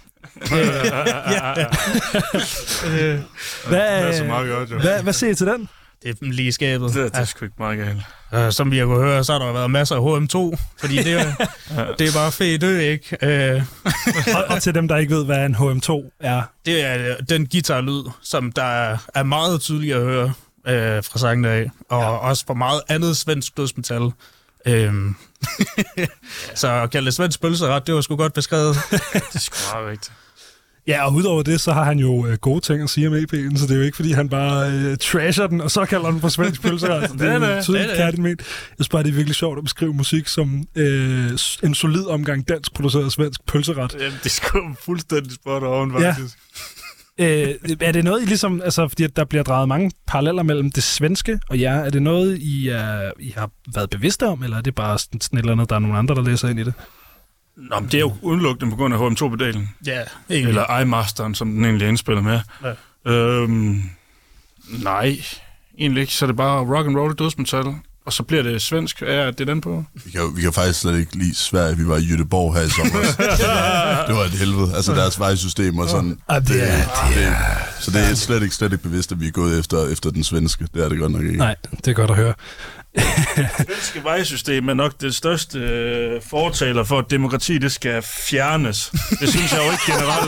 Hvad siger I til den? Det er lige skabet. Det, det er sgu ikke meget galt. Uh, som vi har kunnet høre, så har der været masser af H M to, fordi det er, det er bare fedt, ikke? Uh, og, og til dem, der ikke ved, hvad en H M to er. Det er den guitarlyd, som der er meget tydeligt at høre uh, fra sangen af, og ja. Også for meget andet svensk dødsmetal. Uh, så at kalde det svensk pølseret, det var sgu godt beskrevet. Det er sgu meget rigtigt. Ja, og udover det, så har han jo øh, gode ting at sige om E P'en, så det er jo ikke, fordi han bare øh, trasher den, og så kalder den for svensk pølseret. Altså, det er jo tydeligt kærligt ment. Jeg synes bare, det er virkelig sjovt at beskrive musik som øh, en solid omgang dansk produceret svensk pølseret. Jamen, det er sgu fuldstændig spot on, faktisk. Ja. Øh, er det noget, I ligesom, altså, fordi der bliver drejet mange paralleller mellem det svenske og jer, er det noget, I, er, I har været bevidste om, eller er det bare sådan, sådan et eller andet, der er nogle andre, der læser ind i det? Nå, men det er jo udelukkende på grund af H M to-pedalen. Ja, egentlig. Eller iMasteren, som den egentlig er indspillet med. Ja. Øhm, nej, egentlig ikke. Så er det bare rock and roll dødsmetal. og så bliver det svensk. Ja, det er den på. Vi kan, vi kan faktisk slet ikke lide Sverige. Vi var i Göteborg her i sommer. Det var et helvede. Altså deres vejsystem og sådan. Ja, det, det, det, det, så det er slet ikke, slet ikke bevidst, at vi er gået efter, efter den svenske. Det er det godt nok ikke. Nej, det er godt at høre. Det svenske vejsystem er nok det største øh, fortaler for, at demokrati det skal fjernes. Det synes jeg jo ikke generelt.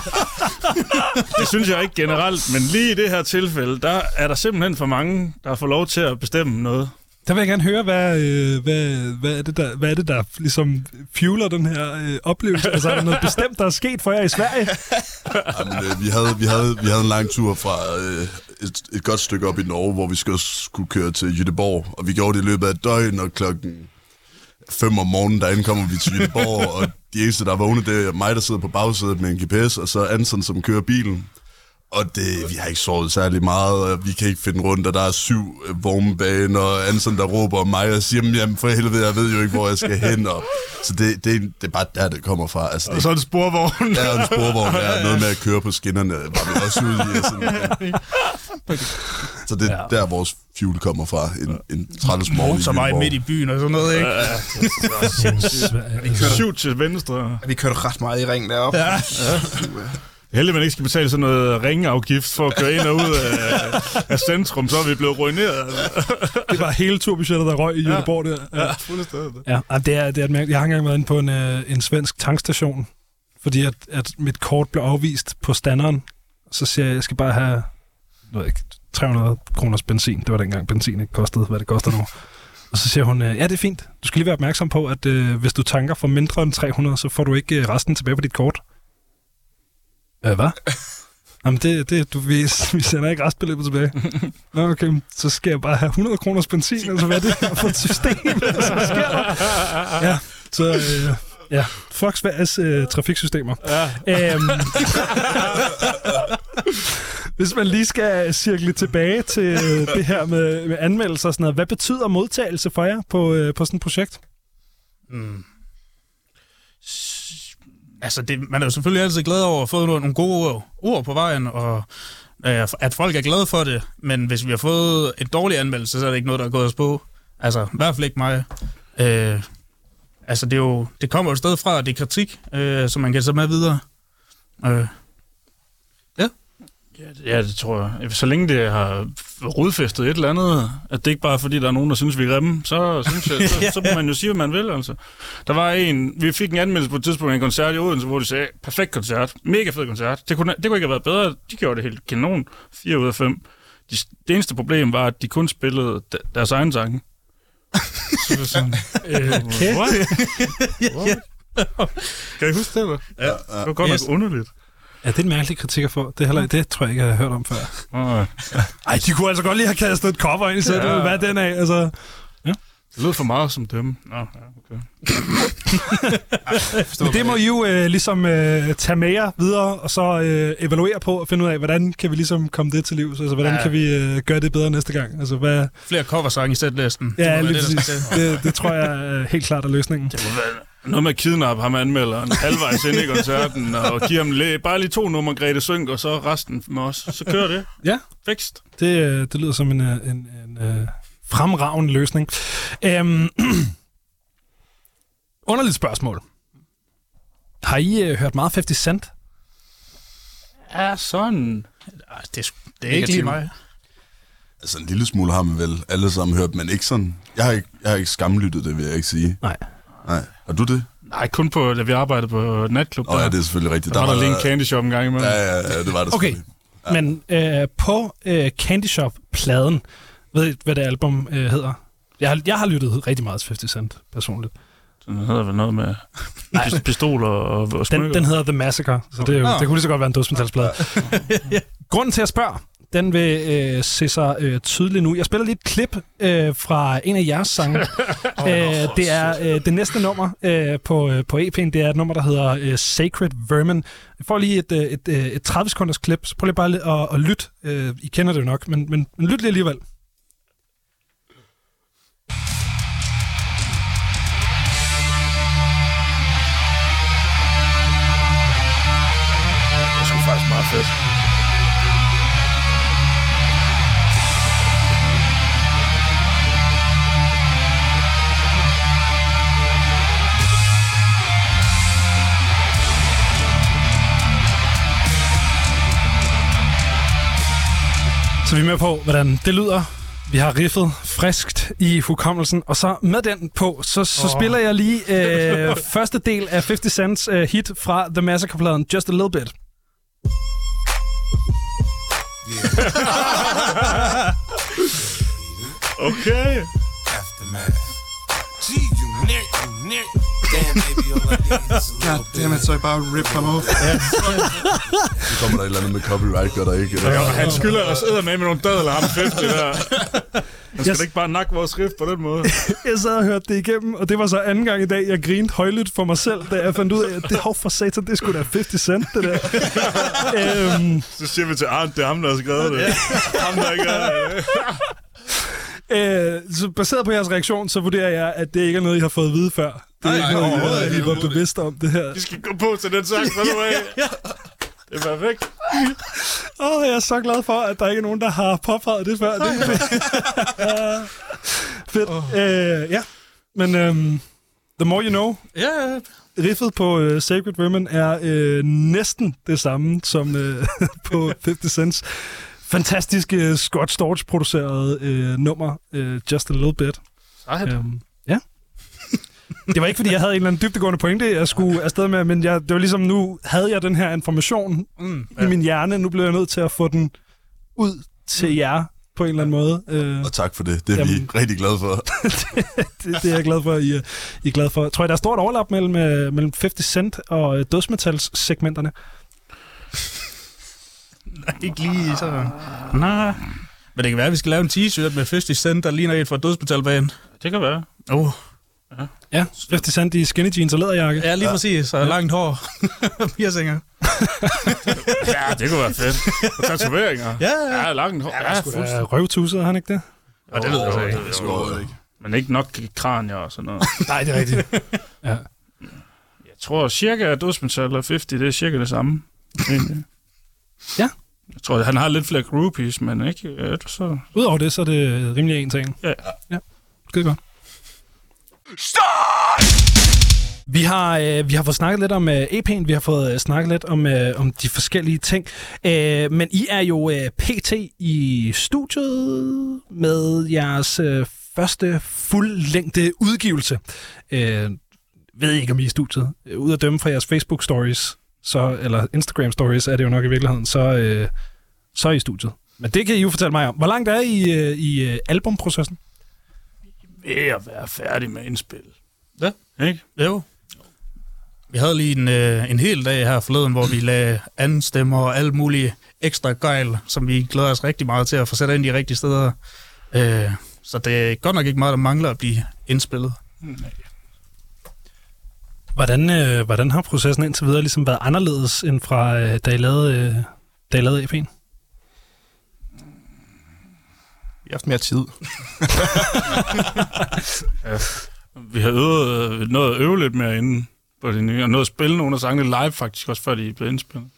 Det synes jeg ikke generelt, men lige i det her tilfælde, der er der simpelthen for mange, der får lov til at bestemme noget. Der vil jeg gerne høre, hvad, øh, hvad, hvad, er, det der, hvad er det, der ligesom fueler den her øh, oplevelse? Altså, er der noget bestemt, der er sket for jer i Sverige? Jamen, øh, vi, havde, vi, havde, vi havde en lang tur fra øh, et, et godt stykke op i Norge, hvor vi skulle, skulle køre til Göteborg, og vi gjorde det i løbet af et døgn, og klokken fem om morgenen, derinde kommer vi til Göteborg, og de eneste, der er vågne, det er mig, der sidder på bagsædet med en G P S, og så Anson, som kører bilen. Og det, vi har ikke sovet særlig meget, og vi kan ikke finde rundt, og der er syv øh, vognbaner, og Anson, der råber om mig, og siger, jamen for helvede, jeg ved jo ikke, hvor jeg skal hen. Og, så det, det, det er bare der, det kommer fra. Altså, det, og så er det sporvogn. Ja, en sporvogn, ja, noget med at køre på skinnerne, var vi også ude i. Sådan, ja. Så det er der, vores fuel kommer fra, en, en træls morgen. Så meget midt i byen og sådan noget, ikke? Ja, ja. Syv til venstre. Vi kørte ret meget i ring deroppe. Ja. Heldig, man ikke skal betale sådan noget ringeafgift for at køre ind og ud af, af centrum, så er vi blevet ruineret. Det var hele turbudgettet, der røg i Göteborg der. Ja, ja fuldstændig. Ja, det er, det er et mærkeligt. Jeg har engang været inde på en, en svensk tankstation, fordi at, at mit kort blev afvist på standeren. Så siger jeg, jeg skal bare have ved ikke, tre hundrede kroners benzin. Det var dengang benzin ikke kostede, hvad det koster nu. Og så siger hun, ja, det er fint. Du skal lige være opmærksom på, at øh, hvis du tanker for mindre end tre hundrede, så får du ikke resten tilbage på dit kort. Øh, hvad? Jamen, det, det, du, vi, vi sender ikke restbeløbet tilbage. Nå, okay, så skal jeg bare have hundrede kroners benzin, altså hvad er det her for et system? Altså, hvad sker der? Ja, så... Øh, ja, fuck Sveriges øh, trafiksystemer. Ja. Øhm, hvis man lige skal cirkle tilbage til det her med, med anmeldelser og sådan noget, hvad betyder modtagelse for jer på, øh, på sådan et projekt? Mm. Altså, det, man er jo selvfølgelig altid glad over at få nogle gode ord på vejen, og øh, at folk er glade for det, men hvis vi har fået et dårligt anmeldelse, så er det ikke noget, der er gået os på. Altså, i hvert fald ikke mig. Øh, altså, det, er jo, det kommer jo et sted fra, at det er kritik, øh, som man kan tage med videre. Øh. Ja. Ja, det tror jeg. Så længe det har rodfæstet et eller andet, at det ikke bare er fordi, der er nogen, der synes, vi er grimme, så, synes jeg, så, så må man jo sige, hvad man vil. Altså. Der var en, vi fik en anmeldelse på et tidspunkt af en koncert i Odense, hvor de sagde, perfekt koncert, mega fed koncert. Det kunne, det kunne ikke have været bedre. De gjorde det helt kanon. Fire ud af fem. De, det eneste problem var, at de kun spillede deres egen sange. Så det sådan, øh, okay. What? What? Kan I huske det, eller? Ja. Det var godt yes. nok underligt. Ja, det er en mærkelig kritik at få. Det, heller, det tror jeg ikke, jeg har hørt om før. Oh, ja. Ej, de kunne altså godt lige have kastet et cover ind i sættet. Ja. Hvad er den af? Altså, ja. Det lød for meget som dem. Nå, ja, okay. Men det må I jo øh, ligesom øh, tage med jer videre, og så øh, evaluere på og finde ud af, hvordan kan vi ligesom komme det til livs? Altså, hvordan ja. kan vi øh, gøre det bedre næste gang? Altså, hvad... Flere coversange i sætlisten. Ja, lige præcis. Det, det, det tror jeg er helt klart er løsningen. Det må være noget med at kidnappe ham anmelderen halvvejs ind i koncerten, og give ham le- bare lige to numre Grete Synk, og så resten med os. Så kører det. Ja. Fikst. Det, det lyder som en, en, en, en fremragende løsning. Øhm, underligt spørgsmål. Har I øh, hørt meget halvtreds Cent? Ja, sådan. Det, det er ikke lige mig. Altså en lille smule har man vel alle sammen hørt, men ikke sådan. Jeg har ikke, jeg har ikke skamlyttet det, vil jeg ikke sige. Nej. Nej. Har du det? Nej, kun på, da vi arbejdede på natklub. Åh oh, ja, det er selvfølgelig rigtigt. Der, der var der lige en Candy Shop en gang imellem. Ja, ja, ja, det var det okay. Ja. Men øh, på øh, Candy Shop-pladen, ved I, hvad det album øh, hedder? Jeg har, jeg har lyttet rigtig meget til halvtreds Cent, personligt. Den hedder vel noget med pistoler og, og smykker? Den, den hedder The Massacre, så det, oh. det kunne lige så godt være en dødsmetalsplade. Grunden til at spørge, den vil øh, se sig øh, tydeligt nu. Jeg spiller lige et klip øh, fra en af jeres sange. oh, øh, det er øh, det næste nummer øh, på, øh, på E P'en. Det er et nummer, der hedder øh, Sacred Vermin. Jeg får lige et, øh, et, øh, et tredive sekunders klip, så prøv lige bare at, at lytte. Øh, I kender det jo nok, men, men, men lyt lige alligevel. Det er sgu faktisk meget fedt. Så vi er med på, hvordan det lyder. Vi har riffet friskt i hukommelsen, og så med den på, så, så oh. spiller jeg lige øh, første del af halvtreds Cent's øh, hit fra The Massacre-pladen, Just a Little Bit. Okay. God damn it, så jeg bare rip ham off. Så kommer der et eller andet med copyright, gør der ikke? Eller? Ja, han skylder os æder med med nogle dadler, ham halvtreds der. Han skal yes. ikke bare nakke vores riff på den måde. Jeg sad og hørte det igennem, og det var så anden gang i dag, jeg grinede højlydt for mig selv, da jeg fandt ud af, at det hov for satan, det skulle da halvtreds Cent, det der. øhm, Så siger vi til Arndt, det er ham, der har skrevet det. Ham, der ikke er det. Øh, så baseret på jeres reaktion, så vurderer jeg, at det ikke er noget, I har fået at vide før. Det er Nej, ikke nej, noget, overhovedet I, I ikke. var bevidste om det her. Vi skal gå på til den sang, for nu af. Det er perfekt. Åh, oh, jeg er så glad for, at der ikke er nogen, der har påpeget det før. Det er fedt. Oh. Øh, ja, men um, the more you know. Ja, yeah. Riffet på uh, Sacred Women er uh, næsten det samme som uh, på halvtreds Cent's fantastiske Scott Storch-producerede uh, nummer, uh, Just a Little Bit. Um, ja. Det var ikke, fordi jeg havde en eller anden dybdegående pointe, jeg skulle afsted med, men jeg, det var ligesom, nu havde jeg den her information mm, ja. i min hjerne. Nu blev jeg nødt til at få den ud til jer på en eller anden måde. Uh, Og tak for det. Det er Jamen, vi rigtig glade for. det, det, det er jeg glad for, I, I er glad for. Tror jeg, der er stort overlap mellem, uh, mellem halvtreds Cent og uh, dødsmetals-segmenterne? Ikke lige så... Nej. Men det kan være, at vi skal lave en t-shirt med halvtreds Cent, der ligner et fra dødsmetalbanen. Det kan være. Oh. Ja, ja halvtreds Cent i skinny jeans og læderjakke. Ja, lige præcis. Så ja. Langt hår. Piercinger. Ja, det kunne være fedt. Og tatoveringer. Ja, ja. Ja, langt hår. Ja, ja røvtusset, han ikke det? Og det ved jeg så ikke. Det skal jeg ikke. Men ikke nok kranier og sådan noget. Nej, det er rigtigt. Ja. Jeg tror cirka, at dødsmetal og halvtreds, det er cirka det samme. Ja. Jeg tror, han har lidt flere groupies, men ikke... Ja, så... Udover det, så er det rimelig en ting. Ja. Ja, skide godt. Stop! Vi har, øh, vi har fået snakket lidt om øh, E P'en, vi har fået øh, snakket lidt om, øh, om de forskellige ting. Øh, men I er jo øh, P T i studiet med jeres øh, første fuldlængde udgivelse. Øh, ved ikke, om I er i studiet. Ud at dømme fra jeres Facebook-stories, så, eller Instagram-stories er det jo nok i virkeligheden, så, øh, så er I i studiet. Men det kan I jo fortælle mig om. Hvor langt er I øh, i øh, albumprocessen? Ved at være færdig med indspil. Ja. Ikke? Jo. Vi havde lige en, øh, en hel dag her forleden, hvor vi lagde anden stemmer og alt muligt ekstra gejl, som vi glæder os rigtig meget til at få sat ind de rigtige steder. Øh, så det er godt nok ikke meget, der mangler at blive indspillet. Nej. Hvordan, øh, hvordan har processen indtil videre ligesom været anderledes end fra øh, da I lavede, øh, da I lavede E P'en? Vi har haft mere tid. Ja. Vi har øvet noget at øve lidt mere inden på det nye, og noget at spille nogle af sangene live faktisk også, før de blev indspillet.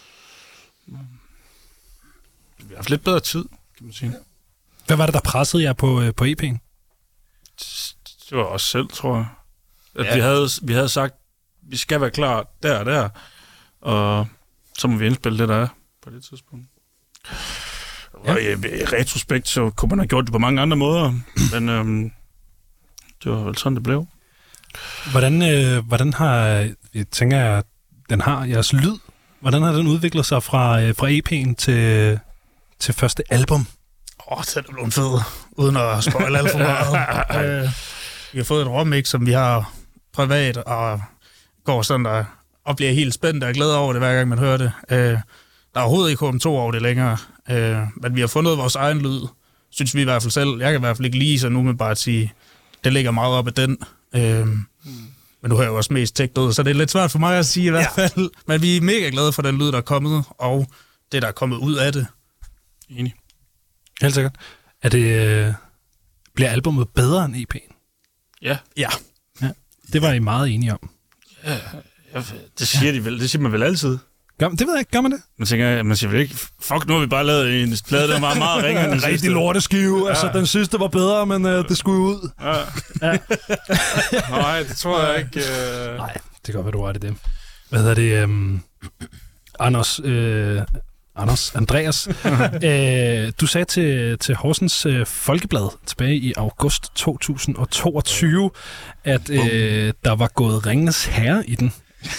Vi har haft lidt bedre tid, kan man sige. Hvad var det, der pressede jer på, øh, på E P'en? Det var os selv, tror jeg. At Ja. vi, havde, vi havde sagt, vi skal være klar der og der, og så må vi indspille det, der er på det tidspunkt. Ja. Og i, i retrospekt, så kunne man have gjort det på mange andre måder, men øhm, det var vel sådan, det blev. Hvordan, øh, hvordan har, jeg tænker jeg, den har jeres lyd, hvordan har den udviklet sig fra, øh, fra E P'en til, til første album? Åh, oh, det er blevet fed, uden at spoile alt for meget. øh, vi har fået et rommix, som vi har privat, og går sådan der og bliver helt spændt og glad over det, hver gang man hører det. Øh, der er overhovedet ikke H M to over det længere, øh, men vi har fundet vores egen lyd, synes vi i hvert fald selv. Jeg kan i hvert fald ikke lide så nu med bare at sige, det ligger meget op ad den. Øh, mm. Men nu hører jeg jo også mest tægt ud, så det er lidt svært for mig at sige i hvert fald. Ja. Men vi er mega glade for den lyd, der er kommet, og det, der er kommet ud af det. Enig. Helt sikkert. Er det, øh, bliver albumet bedre end E P'en? Ja. Ja. Ja. Det var I meget enige om. Ja, ja det siger ja. de vel. Det siger man vel altid. Gør, det ved jeg ikke. Gør man det? Man tænker, man siger vel ikke, fuck, nu har vi bare lavet en plade, der var meget ringere end den sidste. Rigtig lorteskive. Ja. Altså, den sidste var bedre, men øh, det skulle ud. Ja. Ja. Nej, det tror jeg ikke. Øh... Nej, det kan godt være, du har det. Hvad hedder det? Um, Anders, øh, Anders, Andreas. øh, du sagde til, til Horsens øh, Folkeblad tilbage i august to tusind og toogtyve, at øh, der var gået Ringenes Herre i den.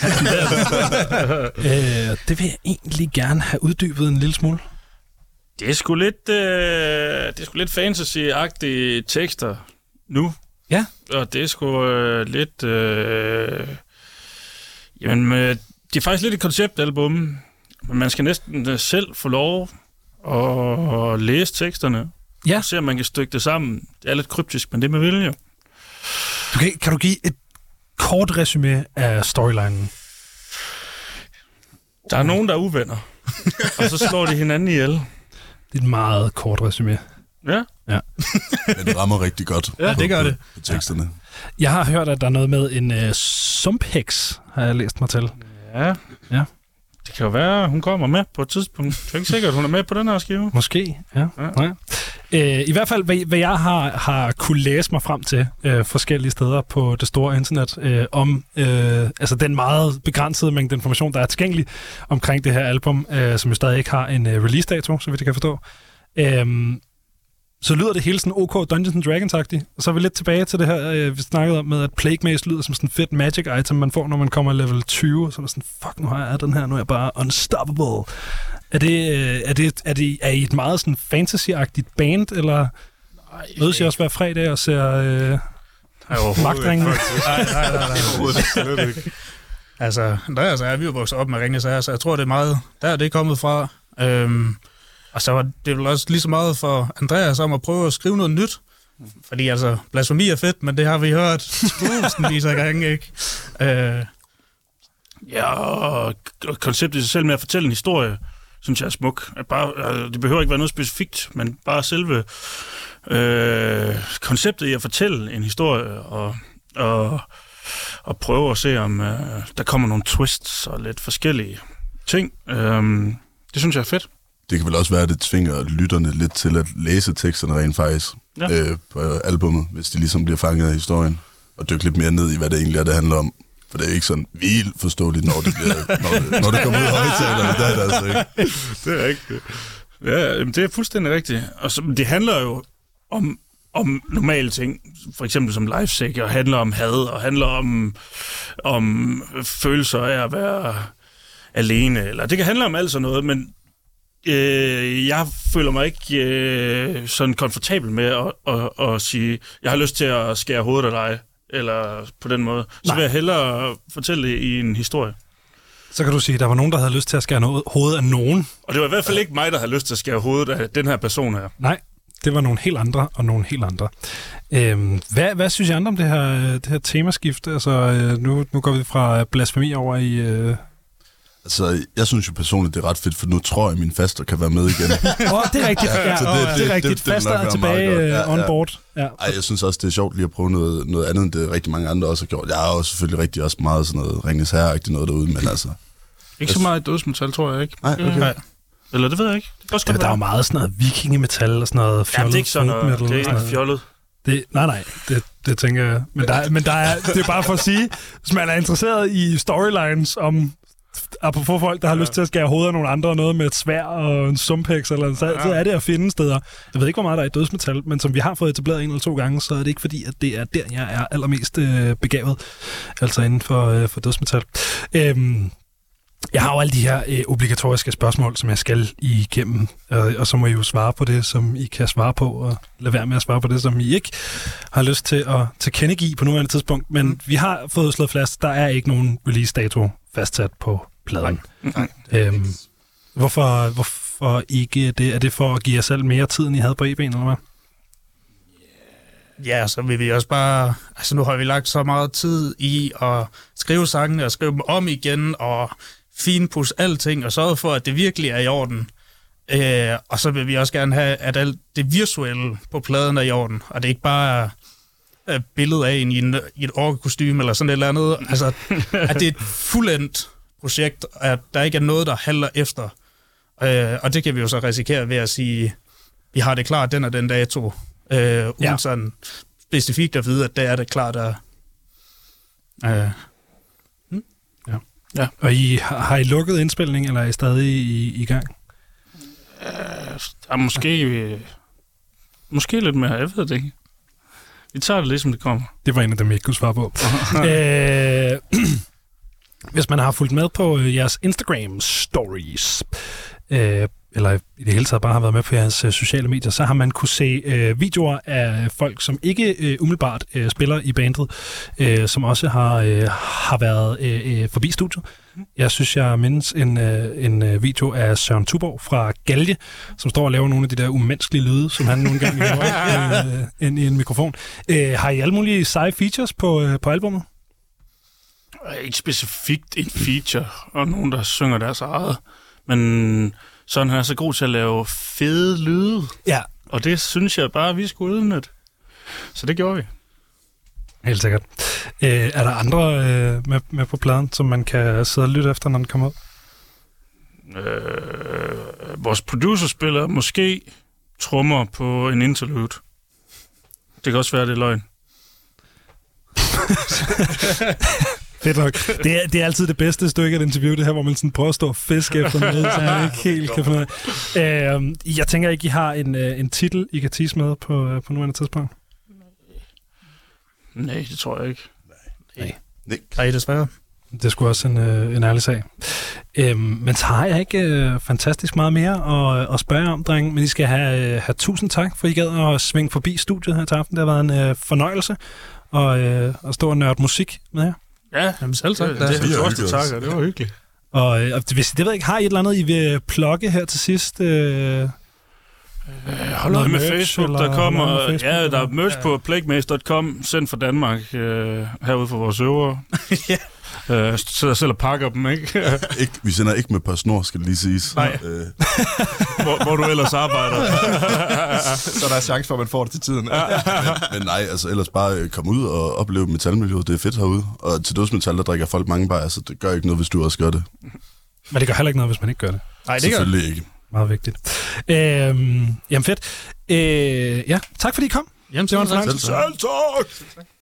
øh, det vil jeg egentlig gerne have uddybet en lille smule. Det er sgu lidt, øh, det er sgu lidt fantasy-agtige tekster nu. Ja. Og det er sgu øh, lidt... Øh, jamen, øh, det er faktisk lidt et konceptalbum. Man skal næsten selv få lov at læse teksterne. Ja. Og se, om man kan stykke det sammen. Det er lidt kryptisk, men det med vilje. Du kan, kan du give et kort resume af storylinen? Der er nogen, der er uvenner. Og så slår de hinanden ihjel. Det er et meget kort resume. Ja. Ja. Men det rammer rigtig godt Ja, på, det gør på, det. på teksterne. Ja. Jeg har hørt, at der er noget med en uh, sumpheks, har jeg læst mig til. Ja. Ja. Det kan jo være, at hun kommer med på et tidspunkt. Det er ikke sikkert, at hun er med på den her skive. Måske, ja. Ja. ja. Øh, I hvert fald, hvad, hvad jeg har, har kunne læse mig frem til øh, forskellige steder på det store internet, øh, om øh, altså den meget begrænsede mængde information, der er tilgængelig omkring det her album, øh, som jo stadig ikke har en øh, release-dato, så vidt jeg kan forstå. Øh, så lyder det hele sådan OK Dungeons and Dragons-agtigt. Og så er vi lidt tilbage til det her, øh, vi snakkede om med, at Plague Maze lyder som sådan en fedt magic-item, man får, når man kommer level tyve. Så er det sådan, fuck, nu har jeg den her, nu er jeg bare unstoppable. Er det, øh, er det, er det er I et meget sådan fantasy-agtigt band, eller mødes I også hver fredag og ser øh, magtringene? Nej, nej, nej, nej. Altså, Andreas er vi jo vokset op med Ringenes Herre, så jeg tror, det er meget der, det er kommet fra. Øhm, og så var det vel også lige så meget for Andreas om at prøve at skrive noget nyt. Fordi altså, blasfemi er fedt, men det har vi hørt tusindvis af gange, ikke? Øh, Ja, og konceptet i sig selv med at fortælle en historie, synes jeg er smuk. Bare, det behøver ikke være noget specifikt, men bare selve øh, konceptet i at fortælle en historie, og, og, og prøve at se, om øh, der kommer nogle twists og lidt forskellige ting. Øh, det synes jeg er fedt. Det kan vel også være, at det tvinger lytterne lidt til at læse teksterne rent faktisk ja. øh, på albummet, hvis de ligesom bliver fanget af historien, og dykke lidt mere ned i, hvad det egentlig er, det handler om. For det er ikke sådan vildt forståeligt, når det, bliver, når det, når det kommer ud af højtalerne. Det er det altså ikke. Det er rigtigt. Ja, det er fuldstændig rigtigt. Og så, det handler jo om, om normale ting, for eksempel som lifesick, og handler om had, og handler om, om følelser af at være alene. Eller det kan handle om alt sådan noget, men øh, jeg føler mig ikke øh, sådan komfortabel med at, at, at sige, jeg har lyst til at skære hovedet af dig, eller på den måde. Så Nej. vil jeg hellere fortælle det i en historie. Så kan du sige, at der var nogen, der havde lyst til at skære noget, hovedet af nogen. Og det var i hvert fald ikke mig, der havde lyst til at skære hovedet af den her person her. Nej, det var nogle helt andre, og nogle helt andre. Øhm, hvad, hvad synes I andre om det her, det her temaskift? Altså, nu, nu går vi fra blasfemi over i... Øh... Altså, jeg synes jo personligt, det er ret fedt, for nu tror jeg, at min faster kan være med igen. Åh, oh, det er rigtigt. Ja, så det, det, det er rigtigt. Faster er tilbage ja, on board. Ja. Ej, jeg synes også, det er sjovt lige at prøve noget, noget andet, end det rigtig mange andre også har gjort. Jeg har jo selvfølgelig rigtig også meget sådan noget Ringenes Herre-agtigt noget derude, men altså... Ikke så meget dødsmetal, tror jeg ikke. Nej, okay. Nej. Eller det ved jeg ikke. Det ja, der er jo meget sådan noget vikingemetal og sådan noget fjollet. Ja, det er ikke sådan noget, det er ikke fjollet. Det, nej, nej, det, det tænker jeg. Men, der, men der er, det er bare for at sige, hvis man er interesseret i storylines om... Apropos folk, der har ja. lyst til at skære hovedet af nogle andre, noget med et sværd og en sumpheks, eller så, ja. så er det at finde steder. Jeg ved ikke, hvor meget der er i dødsmetal, men som vi har fået etableret en eller to gange, så er det ikke fordi, at det er der, jeg er allermest øh, begavet, altså inden for, øh, for dødsmetal. Øhm, jeg har jo alle de her øh, obligatoriske spørgsmål, som jeg skal igennem, øh, og så må I jo svare på det, som I kan svare på, og lade være med at svare på det, som I ikke har lyst til at tilkendegive på nuværende tidspunkt. Men mm. vi har fået slået fast, der er ikke nogen release-dato fastsat på pladen. Nej. Øhm, hvorfor, hvorfor ikke det? Er det for at give jer selv mere tid, end I havde på E B'en, eller hvad? Ja, så vil vi også bare... Altså, nu har vi lagt så meget tid i at skrive sangene og skrive dem om igen, og finpudse alting, og sørge for, at det virkelig er i orden. Øh, og så vil vi også gerne have, at alt det visuelle på pladen er i orden, og det er ikke bare et billede af en i, en, i et orkekostyme eller sådan et eller andet. Altså, at det er et fuldendt projekt, at der ikke er noget, der halter efter. Øh, og det kan vi jo så risikere ved at sige, vi har det klart den og den dato, øh, uden ja. sådan specifikt at vide, at det er det klart, der... Øh. Hmm? Ja. Ja. Og I, har I lukket indspilning, eller er I stadig i, i gang? der er måske, øh, måske lidt mere, jeg ved det ikke. Vi tager det ligesom det kommer. Det var en af dem, jeg ikke kunne svare på. øh, hvis man har fulgt med på øh, jeres Instagram-stories, øh, eller i det hele taget bare har været med på jeres øh, sociale medier, så har man kunne se øh, videoer af folk, som ikke øh, umiddelbart øh, spiller i bandet, øh, som også har, øh, har været øh, forbi studiet. Jeg synes, jeg mindes en, øh, en video af Søren Tuborg fra Galge, som står og laver nogle af de der umenneskelige lyde, som han nogle gange laver øh, ind i en mikrofon. Øh, har I alle mulige seje features på, øh, på albumet? Ikke specifikt en feature, og nogen, der synger deres eget, men sådan han er så god til at lave fede lyde. Ja. Og det synes jeg bare, vi skulle udnytte. Så det gjorde vi. Helt sikkert. Øh, er der andre øh, med, med på pladen, som man kan sidde og lytte efter, når den kommer ud? Øh, vores producer spiller måske trommer på en interlude. Det kan også være, det er løgn. Fedt nok. Det er, det er altid det bedste stykke af et interview, det her, hvor man sådan prøver at stå og fiske efter noget, så man ikke helt kan finde ud af. Øh, jeg tænker ikke, I har en, en titel, I kan tease med på, på nuværende tidspunkt? Nej, det tror jeg ikke. Nej. Nej. Nej, desværre. Det er sgu også en, øh, en ærlig sag. Øhm, men så har jeg ikke øh, fantastisk meget mere at, at spørge om, dreng. Men I skal have, øh, have tusind tak, for I gad at svinge forbi studiet her til aften. Det har været en øh, fornøjelse at, øh, at stå og nørde musik med jer. Ja, Jamen selv tak. det, det, det, det, det, det, takker. Det var hyggeligt. Og, øh, og hvis I det ved ikke, har I et eller andet, I vil plukke her til sidst? Øh, Øh, hold øje med Facebook, der kommer... Facebook, ja, der er merch ja. på plaguemaze punktum com, sendt fra Danmark, øh, herude for vores øvere. Ja. øh, sidder selv og pakker dem, ikke? ikke? Vi sender ikke med på snor, skal det lige siges. Nej. Øh. hvor, hvor du ellers arbejder. Så der er chance for, at man får det til tiden. men, men nej, altså ellers bare komme ud og opleve metalmiljøet. Det er fedt herude. Og til dødsmetal, der drikker folk mange bajer, så det gør ikke noget, hvis du også gør det. Men det gør heller ikke noget, hvis man ikke gør det. Nej, det gør selvfølgelig ikke. Meget vigtigt. Øhm, jamen fedt. Øh, ja, tak fordi I kom. Jamen, det var en selv tak. fornøjelse. Selv tak!